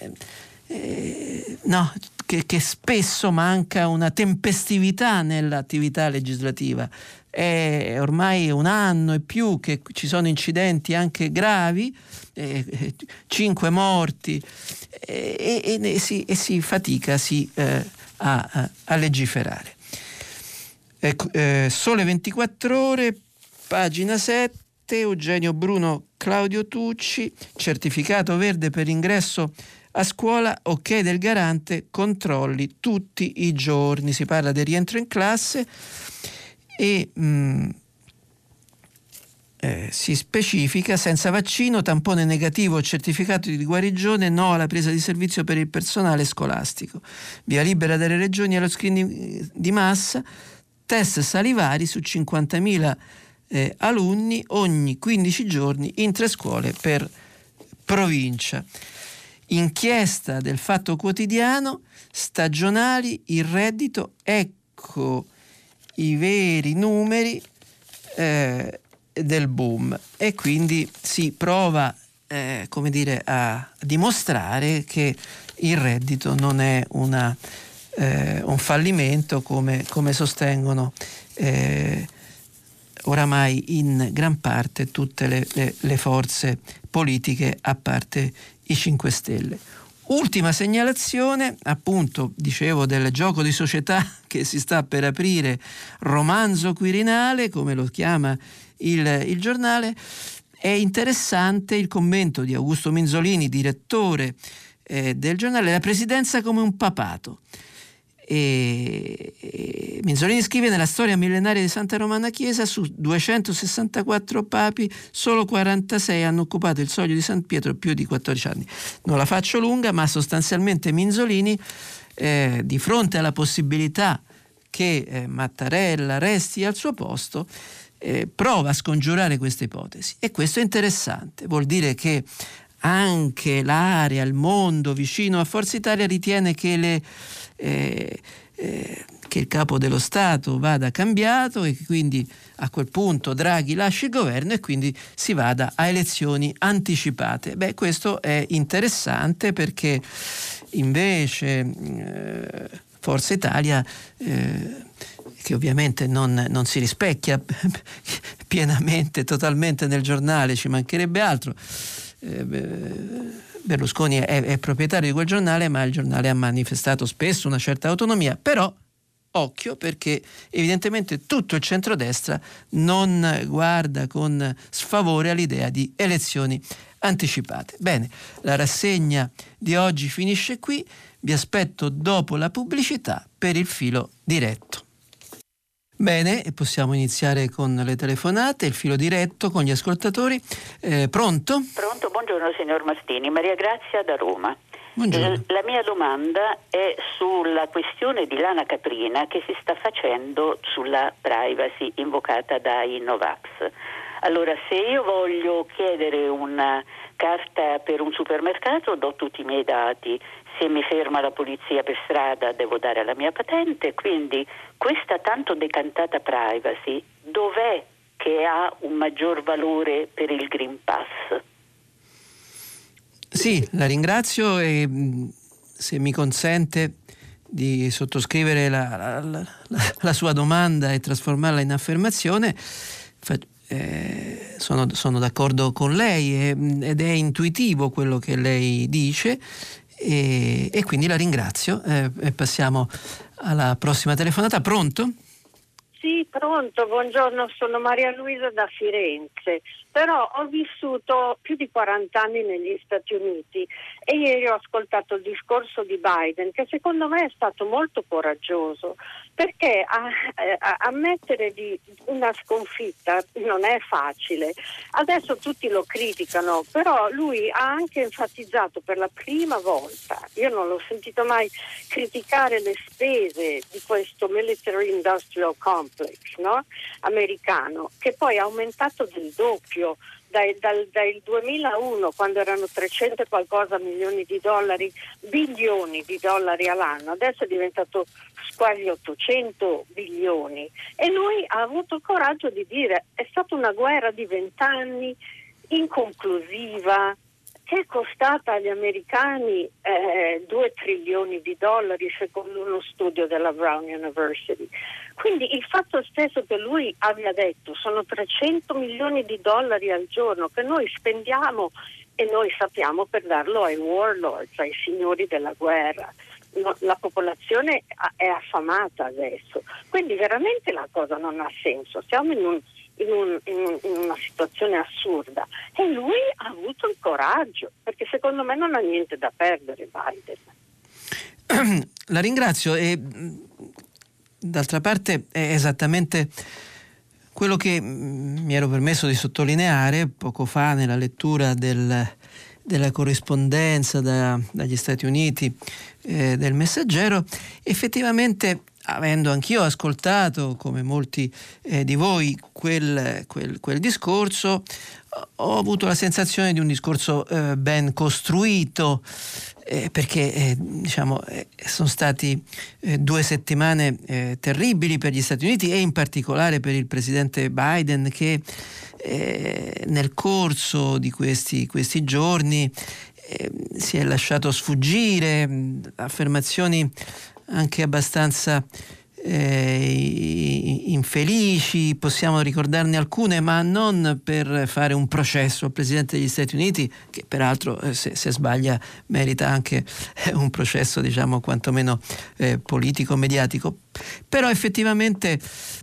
che spesso manca una tempestività nell'attività legislativa. È ormai un anno e più che ci sono incidenti anche gravi, 5 morti, e si fatica a legiferare. Sole 24 Ore, pagina 7, Eugenio Bruno, Claudio Tucci, certificato verde per ingresso a scuola, ok del garante, controlli tutti i giorni. Si parla del rientro in classe e si specifica: senza vaccino, tampone negativo o certificato di guarigione, no alla presa di servizio per il personale scolastico. Via libera dalle regioni allo screening di massa, test salivari su 50.000 alunni ogni 15 giorni in 3 scuole per provincia. Inchiesta del Fatto Quotidiano: stagionali, il reddito, ecco i veri numeri del boom. E quindi si prova a dimostrare che il reddito non è un fallimento come sostengono oramai in gran parte tutte le forze politiche, a parte i 5 Stelle. Ultima segnalazione, appunto, dicevo del gioco di società che si sta per aprire, romanzo quirinale, come lo chiama il giornale. È interessante il commento di Augusto Minzolini, direttore del giornale, la presidenza come un papato. E Minzolini scrive: nella storia millenaria di Santa Romana Chiesa, su 264 papi solo 46 hanno occupato il soglio di San Pietro più di 14 anni. Non la faccio lunga, ma sostanzialmente Minzolini, di fronte alla possibilità che Mattarella resti al suo posto, prova a scongiurare questa ipotesi, e questo è interessante. Vuol dire che anche l'area, il mondo vicino a Forza Italia ritiene che che il capo dello Stato vada cambiato e che quindi a quel punto Draghi lasci il governo e quindi si vada a elezioni anticipate. Questo è interessante, perché invece Forza Italia, che ovviamente non si rispecchia pienamente, totalmente nel giornale, ci mancherebbe altro. Berlusconi è proprietario di quel giornale, ma il giornale ha manifestato spesso una certa autonomia. Però occhio, perché evidentemente tutto il centrodestra non guarda con sfavore all'idea di elezioni anticipate. Bene, la rassegna di oggi finisce qui. Vi aspetto dopo la pubblicità per il filo diretto. Bene, e possiamo iniziare con le telefonate, il filo diretto con gli ascoltatori. Pronto? Pronto, buongiorno signor Mastini, Maria Grazia da Roma. Buongiorno. La mia domanda è sulla questione di lana caprina che si sta facendo sulla privacy invocata dai Novax. Allora, se io voglio chiedere una carta per un supermercato, do tutti i miei dati. Se mi ferma la polizia per strada devo dare la mia patente, quindi questa tanto decantata privacy dov'è che ha un maggior valore per il Green Pass? Sì, la ringrazio e se mi consente di sottoscrivere la sua domanda e trasformarla in affermazione, sono d'accordo con lei ed è intuitivo quello che lei dice e quindi la ringrazio e passiamo alla prossima telefonata. Pronto? Sì, pronto, buongiorno, sono Maria Luisa da Firenze, però ho vissuto più di 40 anni negli Stati Uniti e ieri ho ascoltato il discorso di Biden che secondo me è stato molto coraggioso perché ammettere di una sconfitta non è facile. Adesso tutti lo criticano, però lui ha anche enfatizzato per la prima volta, io non l'ho sentito mai criticare le spese di questo military industrial complex, no? Americano, che poi ha aumentato del doppio dal 2001, quando erano 300 e qualcosa milioni di dollari, bilioni di dollari all'anno, adesso è diventato quasi 800 bilioni e lui ha avuto il coraggio di dire è stata una guerra di 20 anni inconclusiva che è costata agli americani 2 trilioni di dollari secondo uno studio della Brown University. Quindi il fatto stesso che lui abbia detto sono 300 milioni di dollari al giorno che noi spendiamo e noi sappiamo per darlo ai warlords, ai signori della guerra. No, la popolazione è affamata adesso, quindi veramente la cosa non ha senso, siamo in una situazione assurda e lui ha avuto il coraggio perché secondo me non ha niente da perdere Biden. La ringrazio e d'altra parte è esattamente quello che mi ero permesso di sottolineare poco fa nella lettura della corrispondenza dagli Stati Uniti del Messaggero. Effettivamente, avendo anch'io ascoltato, come molti di voi, quel discorso, ho avuto la sensazione di un discorso ben costruito, perché sono stati 2 settimane terribili per gli Stati Uniti e in particolare per il presidente Biden, che nel corso di questi giorni si è lasciato sfuggire affermazioni anche abbastanza infelici. Possiamo ricordarne alcune, ma non per fare un processo al Presidente degli Stati Uniti, che peraltro se sbaglia merita anche un processo, diciamo, quantomeno politico-mediatico. Però effettivamente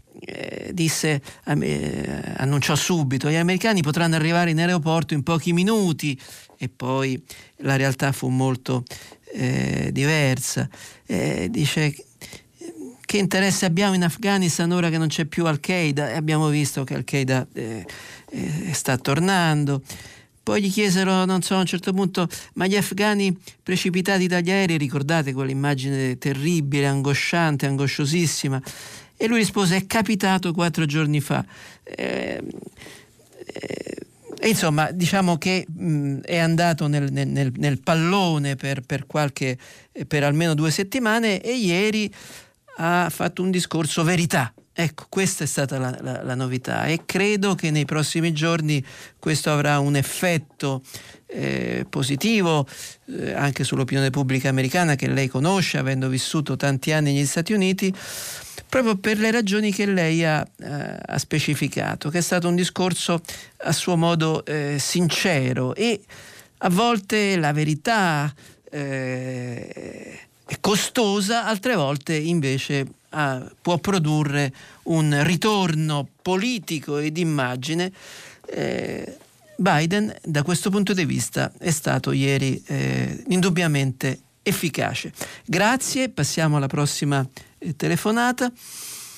annunciò subito: gli americani potranno arrivare in aeroporto in pochi minuti, e poi la realtà fu molto diversa. Dice: che interesse abbiamo in Afghanistan ora che non c'è più Al-Qaeda? E abbiamo visto che Al-Qaeda sta tornando. Poi gli chiesero, non so, a un certo punto: ma gli afghani precipitati dagli aerei, ricordate quell'immagine terribile, angosciante, angosciosissima? E lui rispose: è capitato 4 giorni fa. E insomma, diciamo che è andato nel pallone per almeno 2 settimane e ieri ha fatto un discorso verità. Ecco, questa è stata la novità e credo che nei prossimi giorni questo avrà un effetto positivo anche sull'opinione pubblica americana, che lei conosce avendo vissuto tanti anni negli Stati Uniti, proprio per le ragioni che lei ha specificato, che è stato un discorso a suo modo sincero, e a volte la verità è costosa, altre volte invece può produrre un ritorno politico e di immagine. Biden da questo punto di vista è stato ieri indubbiamente efficace. Grazie, passiamo alla prossima telefonata.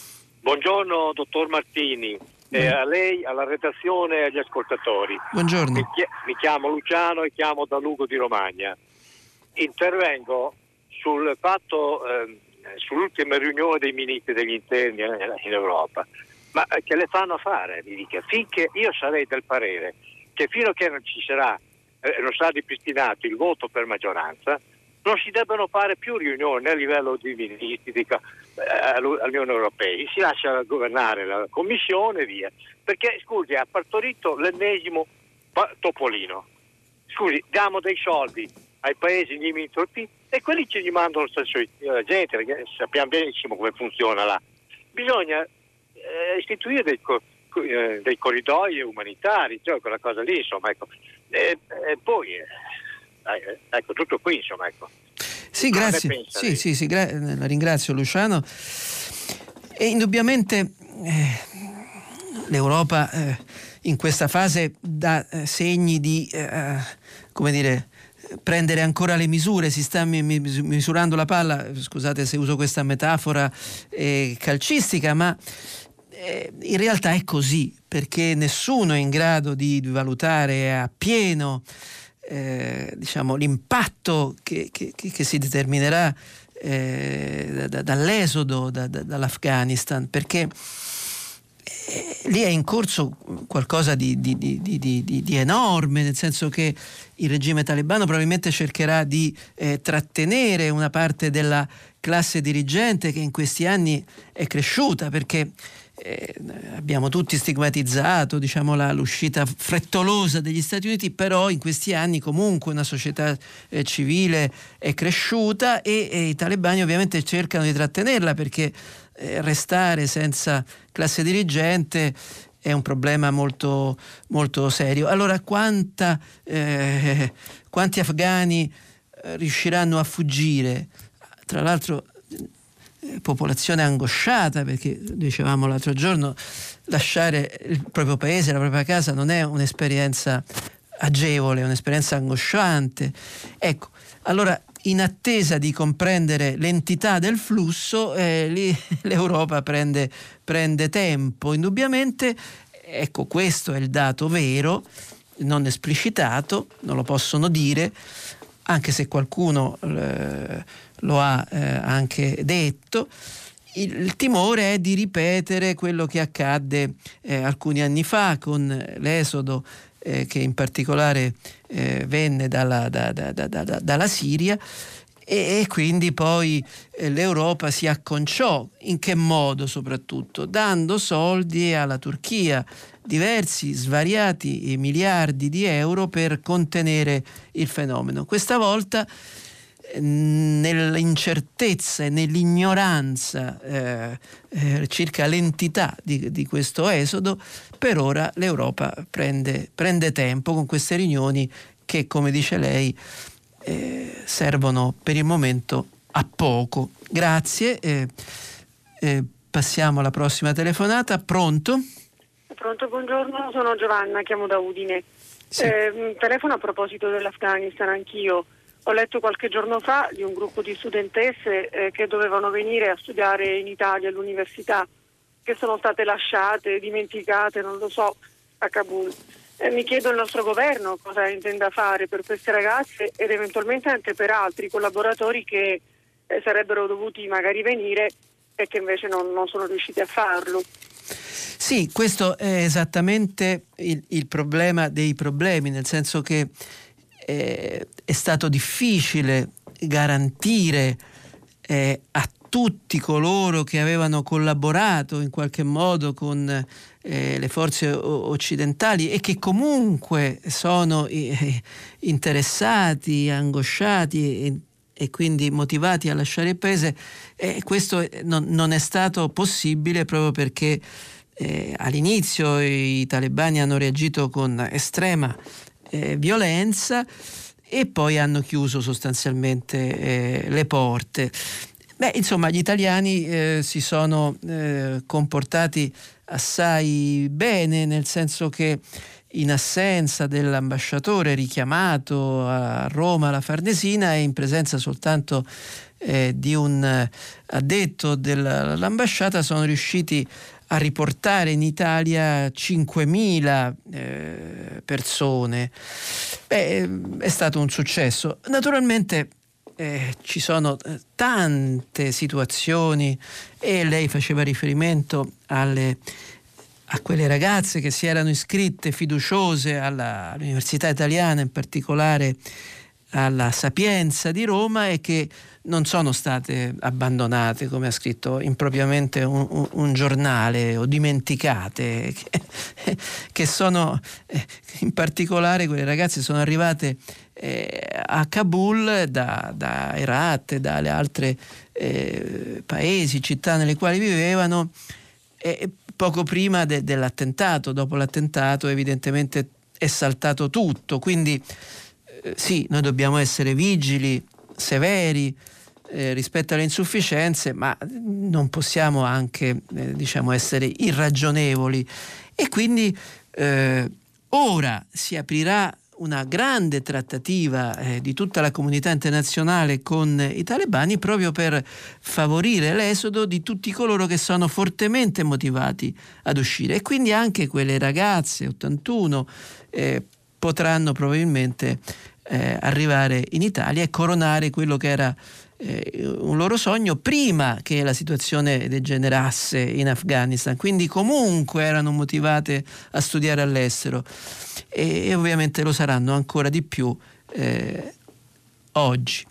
Buongiorno dottor Martini, a lei, alla redazione e agli ascoltatori. Buongiorno. Mi chiamo Luciano e chiamo da Lugo di Romagna. Intervengo sul fatto, sull'ultima riunione dei ministri degli interni in Europa. Ma che le fanno fare? Mi dica, finché io sarei del parere che fino a che non ci sarà, non sarà ripristinato il voto per maggioranza, non si debbano fare più riunioni a livello di ministri all'Unione Europea, si lascia governare la Commissione e via, perché scusi, ha partorito l'ennesimo topolino. Scusi, diamo dei soldi ai paesi limitrofi e quelli ci rimandano la gente, perché sappiamo benissimo come funziona là. Bisogna istituire dei corridoi umanitari, cioè quella cosa lì, insomma, ecco. E poi ecco, tutto qui, insomma, ecco. Sì, grazie. Sì, la ringrazio Luciano. E indubbiamente l'Europa in questa fase dà segni di, come dire, prendere ancora le misure, si sta misurando la palla, scusate se uso questa metafora calcistica, ma in realtà è così, perché nessuno è in grado di valutare appieno diciamo l'impatto che si determinerà dall'esodo dall'Afghanistan, perché lì è in corso qualcosa di enorme, nel senso che il regime talebano probabilmente cercherà di trattenere una parte della classe dirigente che in questi anni è cresciuta, perché abbiamo tutti stigmatizzato, diciamo, l'uscita frettolosa degli Stati Uniti, però in questi anni comunque una società civile è cresciuta e i talebani ovviamente cercano di trattenerla, perché restare senza classe dirigente è un problema molto, molto serio. Allora quanti afghani riusciranno a fuggire? Tra l'altro popolazione angosciata, perché dicevamo l'altro giorno, lasciare il proprio paese, la propria casa non è un'esperienza agevole, è un'esperienza angosciante. Ecco, allora in attesa di comprendere l'entità del flusso, lì l'Europa prende tempo, indubbiamente. Ecco, questo è il dato vero, non esplicitato, non lo possono dire, anche se qualcuno lo ha anche detto. Il timore è di ripetere quello che accadde alcuni anni fa con l'esodo che in particolare venne dalla Siria, e quindi poi l'Europa si acconciò. In che modo? Soprattutto dando soldi alla Turchia, diversi svariati miliardi di euro per contenere il fenomeno. Questa volta nell'incertezza e nell'ignoranza circa l'entità di questo esodo, per ora l'Europa prende tempo con queste riunioni che, come dice lei, servono per il momento a poco. Grazie. Passiamo alla prossima telefonata. Pronto? Pronto, buongiorno, sono Giovanna, chiamo da Udine. Sì. Telefono a proposito dell'Afghanistan, anch'io. Ho letto qualche giorno fa di un gruppo di studentesse che dovevano venire a studiare in Italia all'università, che sono state lasciate, dimenticate, non lo so, a Kabul. Mi chiedo il nostro governo cosa intenda fare per queste ragazze ed eventualmente anche per altri collaboratori che sarebbero dovuti magari venire e che invece non sono riusciti a farlo. Sì, questo è esattamente il problema dei problemi, nel senso che è stato difficile garantire a tutti coloro che avevano collaborato in qualche modo con le forze occidentali e che comunque sono interessati, angosciati e quindi motivati a lasciare il paese. Questo non è stato possibile proprio perché all'inizio i talebani hanno reagito con estrema violenza e poi hanno chiuso sostanzialmente le porte. Insomma, gli italiani si sono comportati assai bene, nel senso che in assenza dell'ambasciatore richiamato a Roma alla Farnesina e in presenza soltanto di un addetto dell'ambasciata, sono riusciti a riportare in Italia 5.000 persone. È stato un successo. Naturalmente ci sono tante situazioni, e lei faceva riferimento a quelle ragazze che si erano iscritte fiduciose all'Università Italiana, in particolare alla Sapienza di Roma, e che non sono state abbandonate, come ha scritto impropriamente un giornale, o dimenticate, che sono, in particolare quelle ragazze sono arrivate a Kabul da Herat e dalle altre paesi, città nelle quali vivevano, poco prima dell'attentato. Dopo l'attentato evidentemente è saltato tutto, quindi sì, noi dobbiamo essere vigili, severi rispetto alle insufficienze, ma non possiamo anche essere irragionevoli, e quindi ora si aprirà una grande trattativa di tutta la comunità internazionale con i talebani, proprio per favorire l'esodo di tutti coloro che sono fortemente motivati ad uscire, e quindi anche quelle ragazze 81 potranno probabilmente arrivare in Italia e coronare quello che era un loro sogno prima che la situazione degenerasse in Afghanistan. Quindi comunque erano motivate a studiare all'estero, e ovviamente lo saranno ancora di più oggi.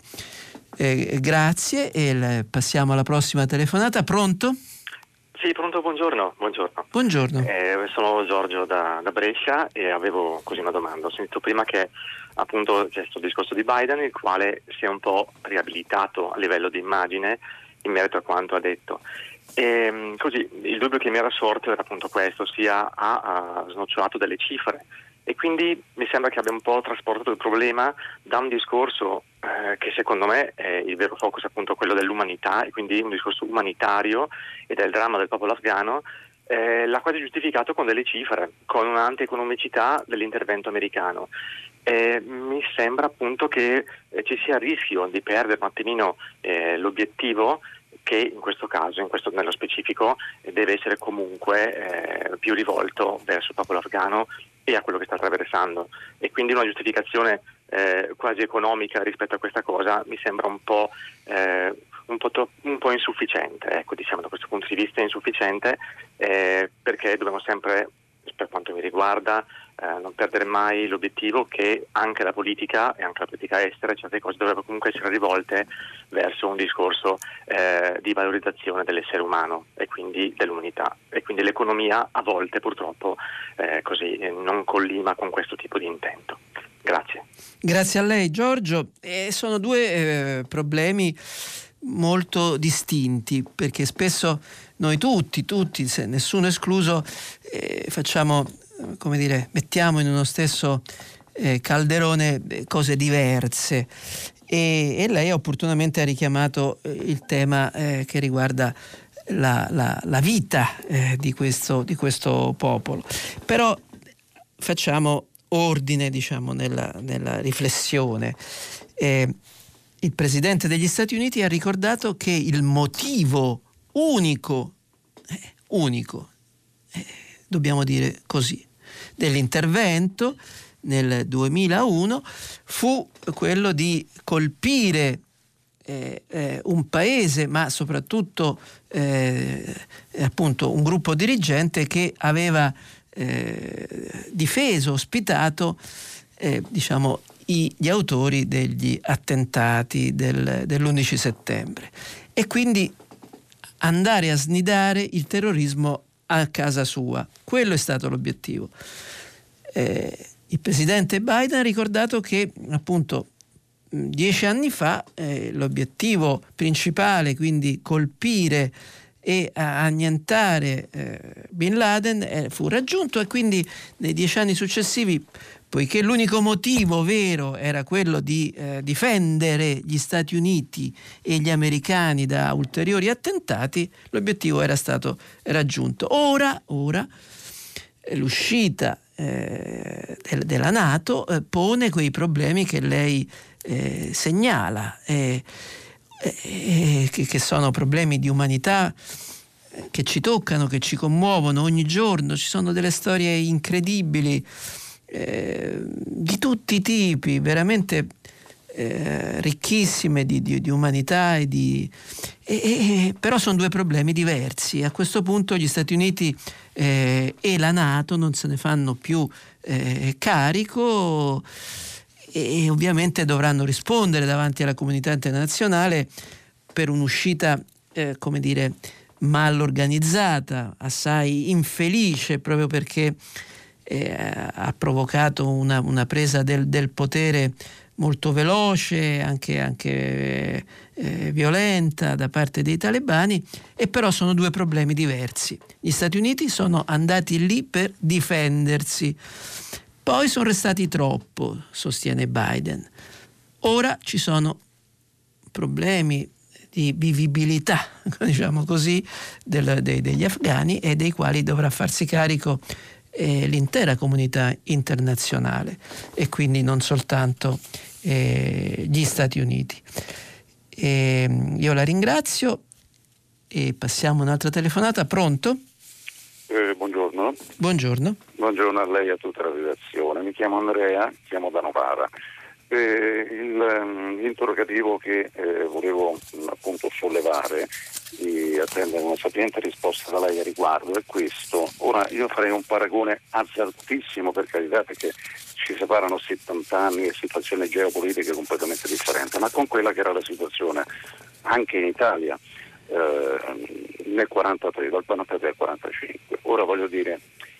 Grazie, e passiamo alla prossima telefonata. Pronto? Sì, pronto, buongiorno. Buongiorno. Sono Giorgio da Brescia, e avevo così una domanda. Ho sentito prima che appunto c'è questo discorso di Biden, il quale si è un po' riabilitato a livello di immagine in merito a quanto ha detto. E così il dubbio che mi era sorto era appunto questo, ossia ha snocciolato delle cifre, e quindi mi sembra che abbia un po' trasportato il problema da un discorso che secondo me è il vero focus, appunto quello dell'umanità, e quindi un discorso umanitario e del dramma del popolo afghano, l'ha quasi giustificato con delle cifre, con un'antieconomicità dell'intervento americano. Mi sembra appunto che ci sia il rischio di perdere un attimino l'obiettivo, che in questo caso, nello specifico, deve essere comunque più rivolto verso il popolo afghano e a quello che sta attraversando, e quindi una giustificazione quasi economica rispetto a questa cosa mi sembra un po' insufficiente, ecco, diciamo, da questo punto di vista è insufficiente, perché dobbiamo sempre, per quanto mi riguarda, non perdere mai l'obiettivo che anche la politica, e anche la politica estera, certe cose dovrebbero comunque essere rivolte verso un discorso di valorizzazione dell'essere umano e quindi dell'umanità, e quindi l'economia a volte purtroppo così non collima con questo tipo di intento. Grazie. Grazie a lei, Giorgio. Sono due problemi molto distinti, perché spesso noi tutti, nessuno escluso, facciamo, come dire, mettiamo in uno stesso calderone cose diverse, e lei opportunamente ha richiamato il tema che riguarda la vita di questo popolo. Però facciamo ordine, diciamo, nella riflessione. Il Presidente degli Stati Uniti ha ricordato che il motivo unico, dobbiamo dire così, dell'intervento nel 2001 fu quello di colpire un paese, ma soprattutto appunto un gruppo dirigente che aveva difeso, ospitato diciamo gli autori degli attentati dell'11 settembre, e quindi andare a snidare il terrorismo a casa sua. Quello è stato l'obiettivo. Il presidente Biden ha ricordato che appunto 10 anni fa l'obiettivo principale, quindi colpire e annientare Bin Laden, fu raggiunto, e quindi nei 10 anni successivi, poiché l'unico motivo vero era quello di difendere gli Stati Uniti e gli americani da ulteriori attentati, l'obiettivo era stato raggiunto. Ora l'uscita della NATO pone quei problemi che lei segnala, che sono problemi di umanità che ci toccano, che ci commuovono ogni giorno. Ci sono delle storie incredibili di tutti i tipi, veramente ricchissime di umanità però sono due problemi diversi. A questo punto gli Stati Uniti e la NATO non se ne fanno più carico e ovviamente dovranno rispondere davanti alla comunità internazionale per un'uscita come dire mal organizzata, assai infelice, proprio perché ha provocato una presa del potere molto veloce, anche violenta da parte dei talebani, e però sono due problemi diversi. Gli Stati Uniti sono andati lì per difendersi, poi sono restati troppo, sostiene Biden. Ora ci sono problemi di vivibilità, diciamo così, degli afghani e dei quali dovrà farsi carico l'intera comunità internazionale e quindi non soltanto gli Stati Uniti. Io la ringrazio e passiamo un'altra telefonata. Pronto? Buongiorno. Buongiorno. Buongiorno a lei e a tutta la redazione. Mi chiamo Andrea, chiamo da Novara. L'interrogativo che volevo appunto sollevare e attendere una sapiente risposta da lei a riguardo è questo. Ora io farei un paragone azzardissimo, per carità, perché ci separano 70 anni e situazioni geopolitiche completamente differenti, ma con quella che era la situazione anche in Italia nel 43, dal 43 al 45. Ora voglio dire,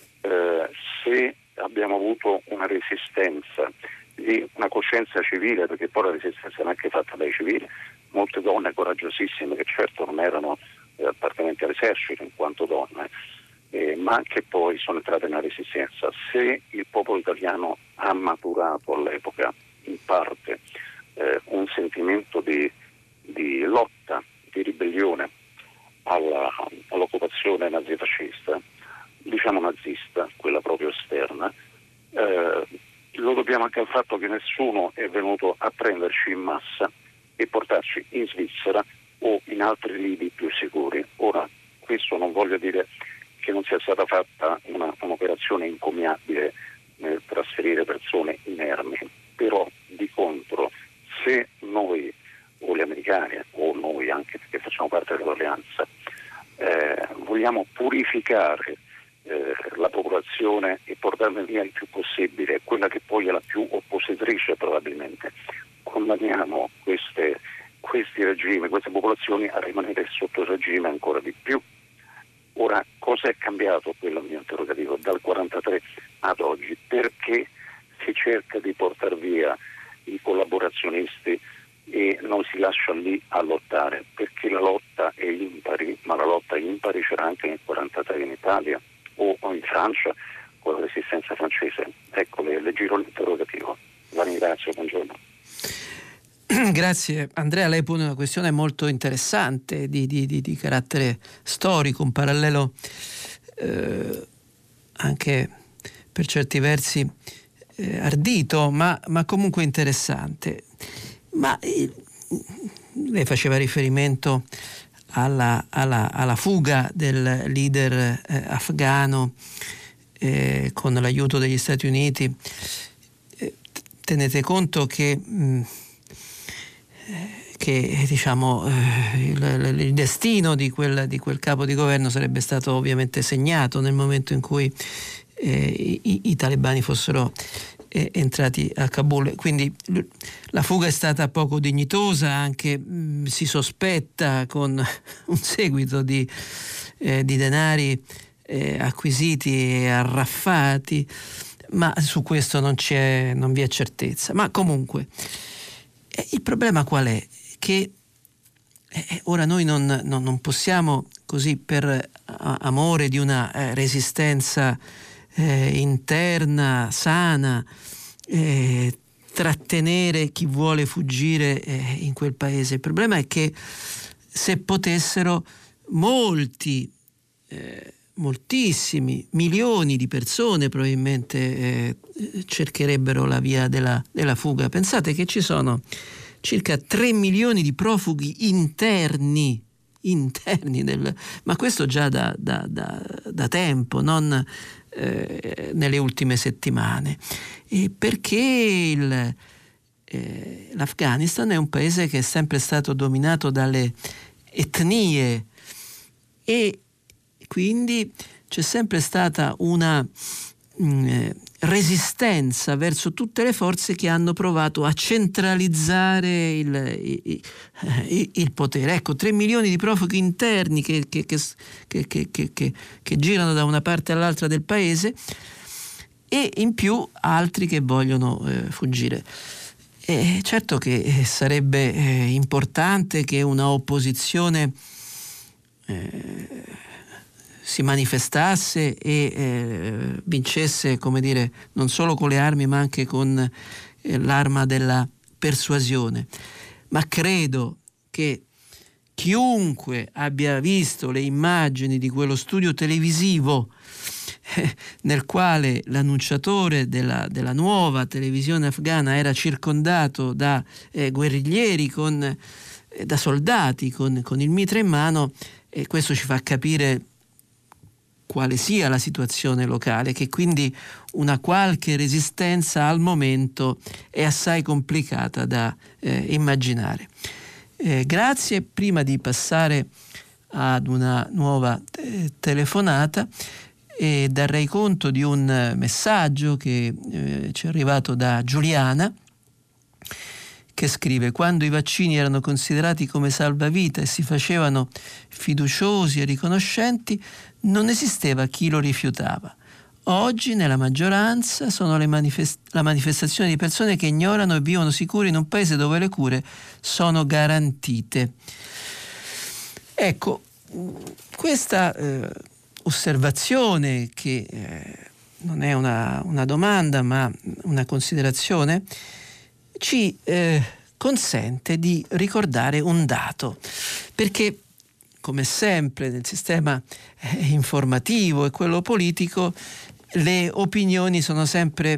se abbiamo avuto una resistenza di una coscienza civile, perché poi la resistenza è anche fatta dai civili, molte donne coraggiosissime che certo non erano appartenenti all'esercito in quanto donne, ma che poi sono entrate nella resistenza. Se il popolo italiano ha maturato all'epoca in parte un sentimento di lotta, di ribellione all'occupazione nazifascista, diciamo nazista, quella proprio esterna, lo dobbiamo anche al fatto che nessuno è venuto a prenderci in massa e portarci in Svizzera o in altri lidi più sicuri. Ora, questo non voglio dire che non sia stata fatta un'operazione incommiabile nel trasferire persone inermi, però di contro, se noi o gli americani o noi anche che facciamo parte dell'alleanza vogliamo purificare la popolazione e portarne via il più possibile, quella che poi è la più oppositrice probabilmente, condanniamo questi regimi, queste popolazioni a rimanere sotto il regime ancora di più. Ora, cosa è cambiato? Quello è il mio interrogativo, dal 43 ad oggi, perché si cerca di portare via i collaborazionisti e non si lascia lì a lottare, perché la lotta è impari, ma la lotta impari c'era anche nel 43 in Italia o in Francia con la resistenza francese. Ecco, le giro l'interrogativo. La ringrazio, buongiorno. Grazie Andrea, lei pone una questione molto interessante di carattere storico, un parallelo anche per certi versi ardito, ma comunque interessante. Ma lei faceva riferimento alla fuga del leader afghano con l'aiuto degli Stati Uniti. Tenete conto che diciamo il destino di quel capo di governo sarebbe stato ovviamente segnato nel momento in cui i talebani fossero entrati a Kabul. Quindi la fuga è stata poco dignitosa, anche si sospetta con un seguito di denari acquisiti e arraffati, ma su questo non vi è certezza. Ma comunque il problema qual è? Che ora noi non possiamo così per amore di una resistenza interna, sana, trattenere chi vuole fuggire in quel paese. Il problema è che se potessero molti moltissimi, milioni di persone probabilmente cercherebbero la via della fuga. Pensate che ci sono circa 3 milioni di profughi interni ma questo già da tempo, non nelle ultime settimane, perché l'Afghanistan è un paese che è sempre stato dominato dalle etnie e quindi c'è sempre stata una resistenza verso tutte le forze che hanno provato a centralizzare il potere. Ecco, 3 milioni di profughi interni che girano da una parte all'altra del paese e in più altri che vogliono fuggire. Certo che sarebbe importante che una opposizione si manifestasse e vincesse, come dire, non solo con le armi ma anche con l'arma della persuasione. Ma credo che chiunque abbia visto le immagini di quello studio televisivo nel quale l'annunciatore della nuova televisione afghana era circondato da guerriglieri, da soldati con il mitra in mano, questo ci fa capire quale sia la situazione locale, che quindi una qualche resistenza al momento è assai complicata da immaginare. Grazie. Prima di passare ad una nuova telefonata, darei conto di un messaggio che ci è arrivato da Giuliana, che scrive: quando i vaccini erano considerati come salvavita e si facevano fiduciosi e riconoscenti, non esisteva chi lo rifiutava. Oggi nella maggioranza sono la manifestazione di persone che ignorano e vivono sicuri in un paese dove le cure sono garantite. Ecco, questa osservazione, che non è una domanda ma una considerazione, ci consente di ricordare un dato, perché come sempre nel sistema informativo e quello politico le opinioni sono sempre,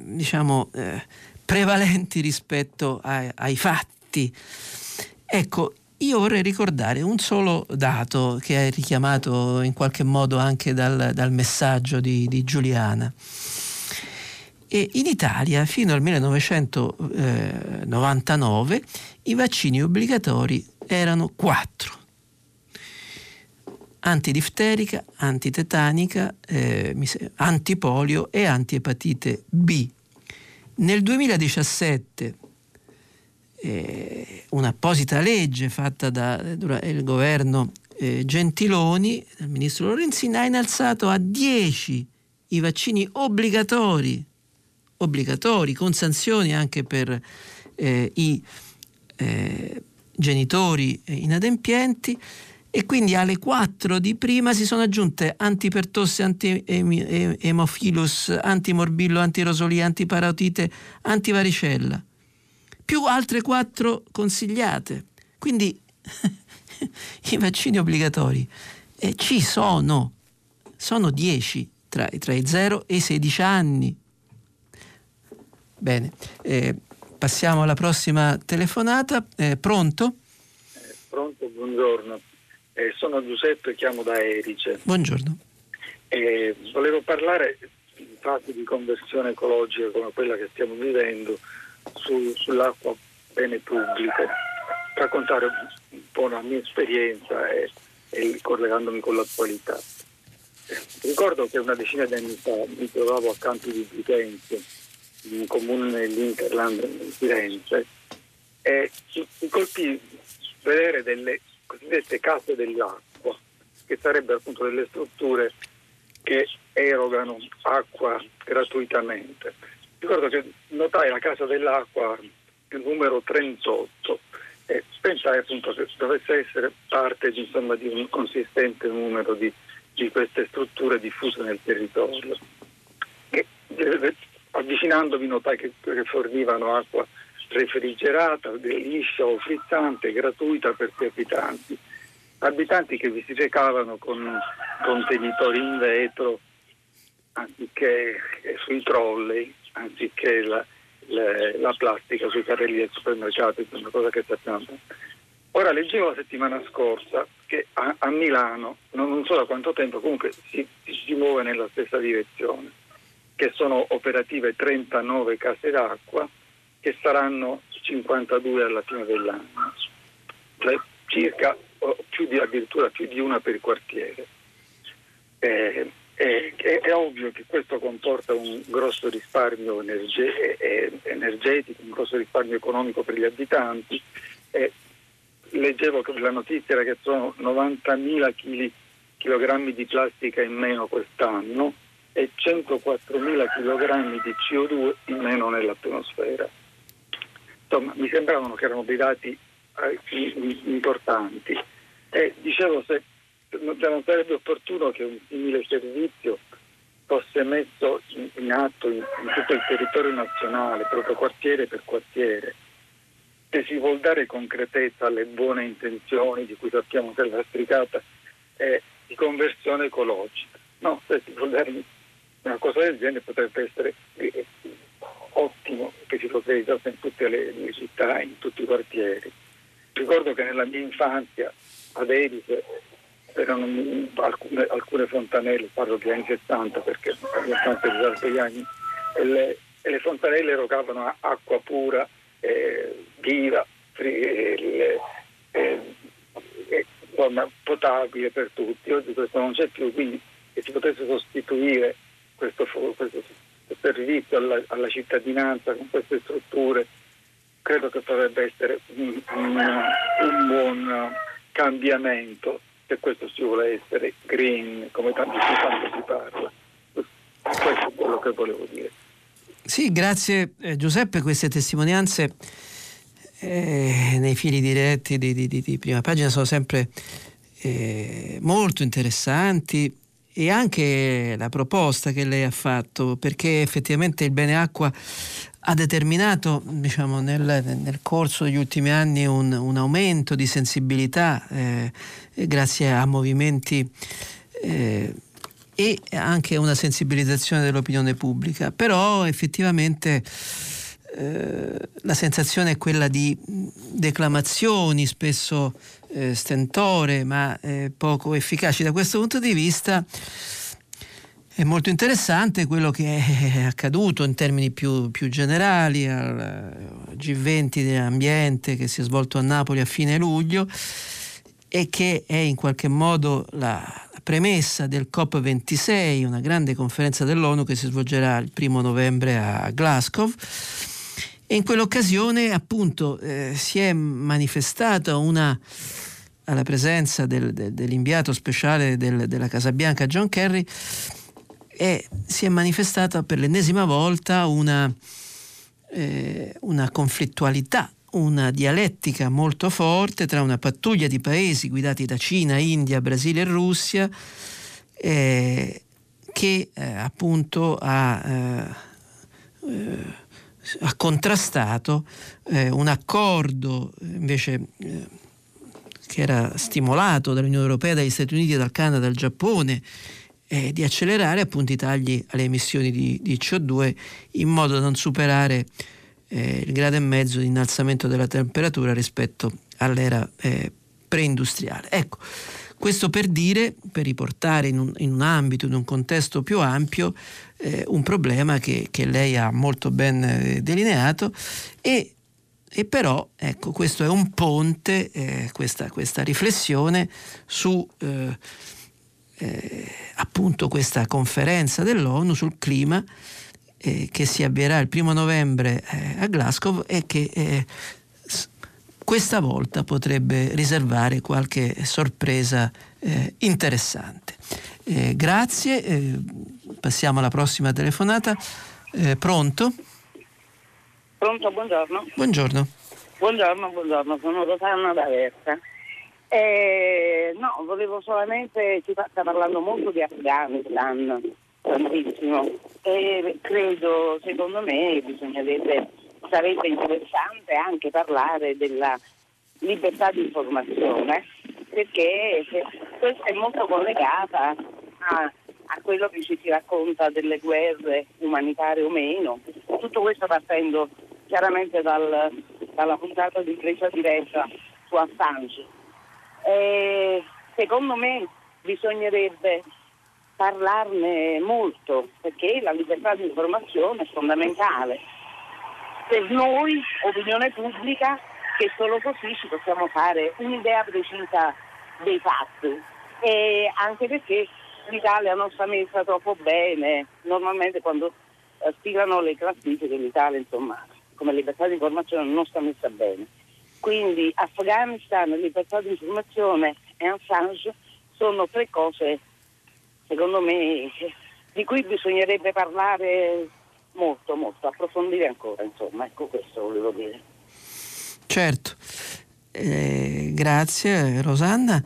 prevalenti rispetto ai fatti. Ecco, io vorrei ricordare un solo dato che è richiamato in qualche modo anche dal messaggio di Giuliana. E in Italia fino al 1999 i vaccini obbligatori erano 4: antidifterica, antitetanica, antipolio e antiepatite B. Nel 2017 un'apposita legge fatta dal governo Gentiloni, dal ministro Lorenzin, ha innalzato a 10 i vaccini obbligatori con sanzioni anche per i genitori inadempienti, e quindi alle 4 di prima si sono aggiunte antipertosse, antiemophilus, antimorbillo, antirosolia, antiparotite, antivaricella, più altre 4 consigliate. Quindi i vaccini obbligatori ci sono 10 tra i 0 e i 16 anni. Bene, passiamo alla prossima telefonata. Pronto? Pronto, buongiorno. Sono Giuseppe, chiamo da Erice. Buongiorno. Volevo parlare in fase di conversione ecologica come quella che stiamo vivendo sull'acqua bene pubblico, raccontare un po' la mia esperienza e collegandomi con l'attualità. Ricordo che una decina di anni fa mi trovavo a Campi di Brighenzio, in un comune nell'Interland di Firenze, e mi colpì vedere delle cosiddette case dell'acqua, che sarebbero appunto delle strutture che erogano acqua gratuitamente. Ricordo che notai la casa dell'acqua il numero 38 e pensai appunto che dovesse essere parte di un consistente numero di queste strutture diffuse nel territorio. E, avvicinandomi notai che fornivano acqua refrigerata, liscia o frizzante, gratuita per gli abitanti. abitanti che vi si recavano con contenitori in vetro anziché sui trolley, anziché la plastica sui carrelli del supermercato, è una cosa che sappiamo. Ora leggevo la settimana scorsa che a Milano, non so da quanto tempo, comunque si muove nella stessa direzione, che sono operative 39 case d'acqua che saranno 52 alla fine dell'anno, cioè circa addirittura più di una per quartiere. È ovvio che questo comporta un grosso risparmio energetico, un grosso risparmio economico per gli abitanti. Leggevo che la notizia era che sono 90.000 chilogrammi di plastica in meno quest'anno e 104.000 chilogrammi di CO2 in meno nell'atmosfera. Insomma, mi sembravano che erano dei dati importanti. Dicevo, se non sarebbe opportuno che un simile servizio fosse messo in atto in tutto il territorio nazionale, proprio quartiere per quartiere, se si vuol dare concretezza alle buone intenzioni di cui sappiamo che è lastricata di conversione ecologica. No, se si vuol dare una cosa del genere potrebbe essere ottimo che si fosse realizzato in tutte le città, in tutti i quartieri. Ricordo che nella mia infanzia ad Edise erano alcune fontanelle, parlo degli anni 70 perché la mia infanzia risale quegli anni, e le fontanelle erogavano acqua pura, viva, insomma, potabile per tutti. Oggi questo non c'è più, quindi che si potesse sostituire questo servizio alla cittadinanza con queste strutture, credo che potrebbe essere un buon cambiamento, se questo si vuole essere green, come tanto si parla. Questo è quello che volevo dire. Sì, grazie Giuseppe, queste testimonianze nei fili diretti di Prima Pagina sono sempre molto interessanti, e anche la proposta che lei ha fatto, perché effettivamente il bene acqua ha determinato, diciamo, nel corso degli ultimi anni un aumento di sensibilità grazie a movimenti e anche una sensibilizzazione dell'opinione pubblica. Però effettivamente la sensazione è quella di declamazioni spesso stentore, ma poco efficaci. Da questo punto di vista è molto interessante quello che è accaduto in termini più generali al G20 dell'ambiente che si è svolto a Napoli a fine luglio e che è in qualche modo la premessa del COP26, una grande conferenza dell'ONU che si svolgerà il 1 novembre a Glasgow. E in quell'occasione appunto si è manifestata alla presenza dell'inviato speciale della Casa Bianca John Kerry, e si è manifestata per l'ennesima volta una conflittualità, una dialettica molto forte tra una pattuglia di paesi guidati da Cina, India, Brasile e Russia che appunto ha contrastato un accordo invece che era stimolato dall'Unione Europea, dagli Stati Uniti, dal Canada, dal Giappone, di accelerare appunto i tagli alle emissioni di CO2 in modo da non superare il 1,5 gradi di innalzamento della temperatura rispetto all'era preindustriale. Ecco, questo per riportare in un ambito, in un contesto più ampio un problema che lei ha molto ben delineato, e però ecco, questo è un ponte, questa riflessione su appunto questa conferenza dell'ONU sul clima che si avvierà il 1 novembre a Glasgow e che questa volta potrebbe riservare qualche sorpresa interessante. Grazie, passiamo alla prossima telefonata. Pronto? Pronto, buongiorno. Buongiorno. Buongiorno, sono Rosanna da Versa. No, volevo solamente, si sta parlando molto di Afghanistan, tantissimo, e credo, secondo me, sarebbe interessante anche parlare della libertà di informazione perché questa è molto collegata a quello che ci si racconta delle guerre umanitarie o meno. Tutto questo partendo chiaramente dalla puntata di Presa Diretta su Assange. Secondo me bisognerebbe parlarne molto, perché la libertà di informazione è fondamentale per noi, opinione pubblica, che solo così ci possiamo fare un'idea precisa dei fatti, e anche perché l'Italia non sta messa troppo bene. Normalmente quando stilano le classifiche l'Italia, insomma, come libertà di informazione non sta messa bene. Quindi Afghanistan, libertà di informazione e Assange sono tre cose, secondo me, di cui bisognerebbe parlare molto, approfondire ancora, insomma, ecco, questo volevo dire. Certo, grazie Rosanna.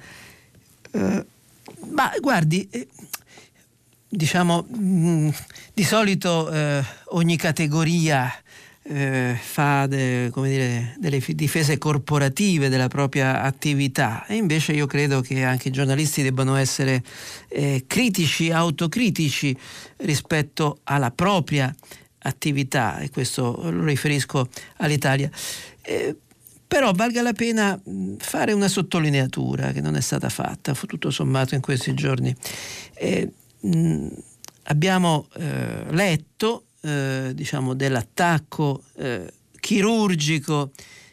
Ma guardi, diciamo, di solito ogni categoria fa delle difese corporative della propria attività, e invece io credo che anche i giornalisti debbano essere critici, autocritici rispetto alla propria attività, e questo lo riferisco all'Italia. Però valga la pena fare una sottolineatura che non è stata fatta, tutto sommato, in questi giorni. Abbiamo letto diciamo dell'attacco chirurgico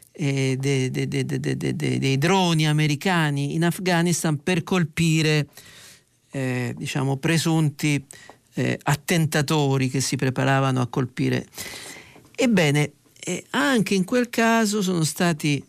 dei droni americani in Afghanistan per colpire diciamo presunti attentatori che si preparavano a colpire. Ebbene, anche in quel caso sono stati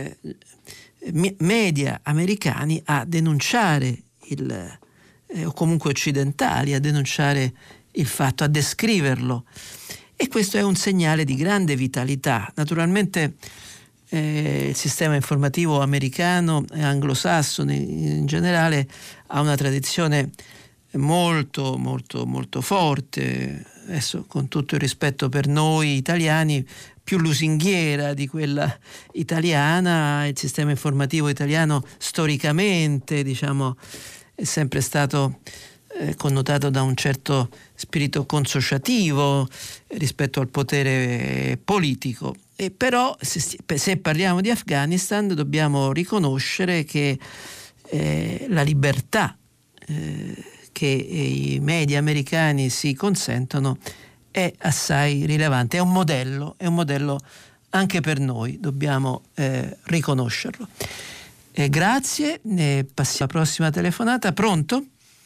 media americani a denunciare o comunque occidentali a denunciare il fatto, a descriverlo, e questo è un segnale di grande vitalità. Naturalmente il sistema informativo americano e anglosassone in generale ha una tradizione molto forte, adesso con tutto il rispetto per noi italiani, più lusinghiera di quella italiana. Il sistema informativo italiano storicamente, diciamo, è sempre stato connotato da un certo spirito consociativo rispetto al potere politico. E però se parliamo di Afghanistan dobbiamo riconoscere che la libertà che i media americani si consentono è assai rilevante, è un modello anche per noi, dobbiamo riconoscerlo. Grazie, passiamo alla prossima telefonata. Pronto?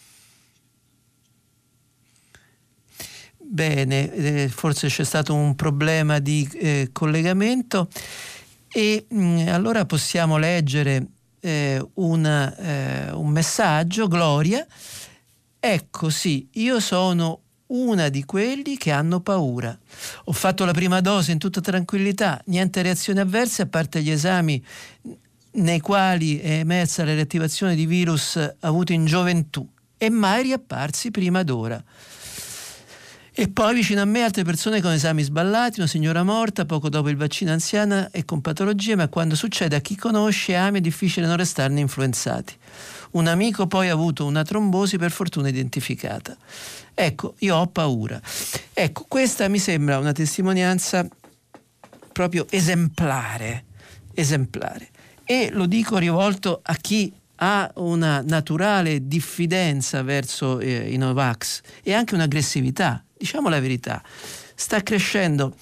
Bene, forse c'è stato un problema di collegamento, e allora possiamo leggere un messaggio. Gloria: ecco, sì, io sono una di quelli che hanno paura. Ho fatto la prima dose in tutta tranquillità, niente reazioni avverse a parte gli esami nei quali è emersa la riattivazione di virus avuti in gioventù e mai riapparsi prima d'ora. E poi vicino a me altre persone con esami sballati, una signora morta poco dopo il vaccino, anziana e con patologie, ma quando succede a chi conosce e ami è difficile non restarne influenzati. Un amico poi ha avuto una trombosi, per fortuna identificata. Ecco, io ho paura. Ecco, questa mi sembra una testimonianza proprio esemplare, e lo dico rivolto a chi ha una naturale diffidenza verso i Novax e anche un'aggressività. Diciamo la verità, sta crescendo.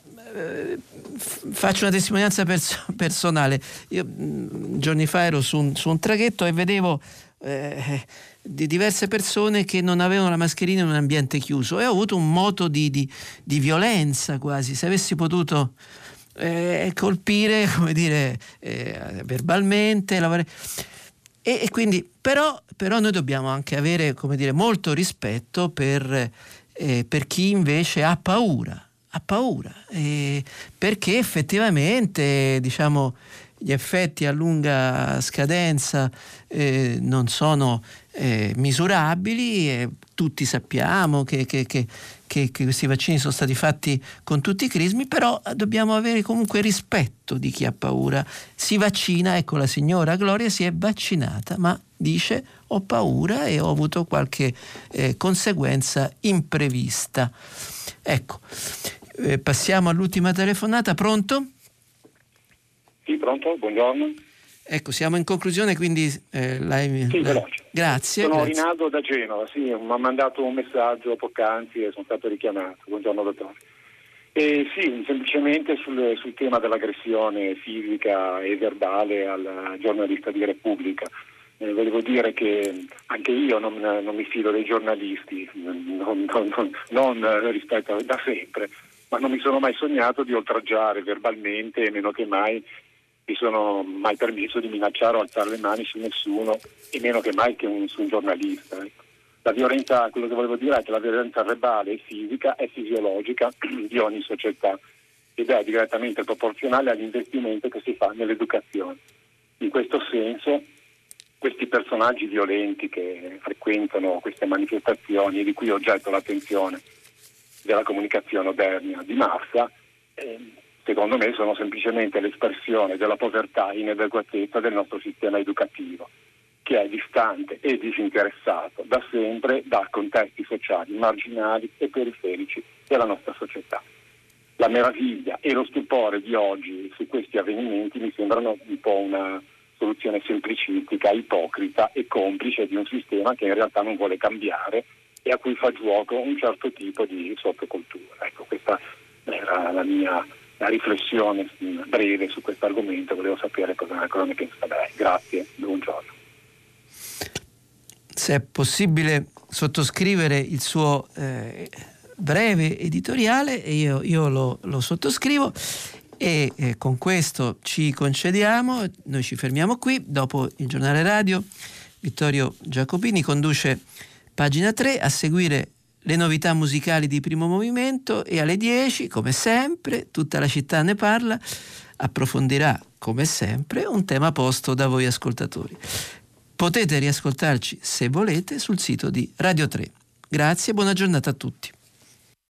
Faccio una testimonianza personale. Io giorni fa ero su un traghetto e vedevo di diverse persone che non avevano la mascherina in un ambiente chiuso, e ho avuto un moto di violenza quasi. Se avessi potuto colpire, come dire, verbalmente, e quindi però noi dobbiamo anche avere, come dire, molto rispetto per chi invece ha paura, perché effettivamente, diciamo, gli effetti a lunga scadenza non sono misurabili, e tutti sappiamo che questi vaccini sono stati fatti con tutti i crismi, però dobbiamo avere comunque rispetto di chi ha paura. Si vaccina, ecco, la signora Gloria si è vaccinata, ma dice: ho paura e ho avuto qualche conseguenza imprevista. Ecco, passiamo all'ultima telefonata. Pronto? Sì, pronto, buongiorno. Ecco, siamo in conclusione, quindi grazie. Sono grazie. Rinaldo da Genova, sì, mi ha mandato un messaggio poc'anzi e sono stato richiamato. Buongiorno dottore. Sì, semplicemente sul tema dell'aggressione fisica e verbale al giornalista di Repubblica. Volevo dire che anche io non mi fido dei giornalisti, non rispetto da sempre, ma non mi sono mai sognato di oltraggiare verbalmente, e meno che mai mi sono mai permesso di minacciare o alzare le mani su nessuno, e meno che mai su un giornalista. La violenza, quello che volevo dire è che la violenza verbale e fisica è fisiologica di ogni società ed è direttamente proporzionale all'investimento che si fa nell'educazione. In questo senso, questi personaggi violenti che frequentano queste manifestazioni e di cui è oggetto l'attenzione della comunicazione odierna di massa, secondo me sono semplicemente l'espressione della povertà e inadeguatezza del nostro sistema educativo, che è distante e disinteressato da sempre da contesti sociali marginali e periferici della nostra società. La meraviglia e lo stupore di oggi su questi avvenimenti mi sembrano un po' una soluzione semplicistica, ipocrita e complice di un sistema che in realtà non vuole cambiare e a cui fa gioco un certo tipo di sottocultura. Ecco, questa era la mia riflessione breve su questo argomento. Volevo sapere cosa ne pensa lei. Grazie, buongiorno. Se è possibile sottoscrivere il suo breve editoriale, io lo sottoscrivo. E con questo ci concediamo, noi ci fermiamo qui. Dopo il giornale radio Vittorio Giacopini conduce Pagina 3, a seguire le novità musicali di Primo Movimento, e alle 10, come sempre, Tutta la città ne parla approfondirà, come sempre, un tema posto da voi ascoltatori. Potete riascoltarci, se volete, sul sito di Radio 3. Grazie e buona giornata a tutti.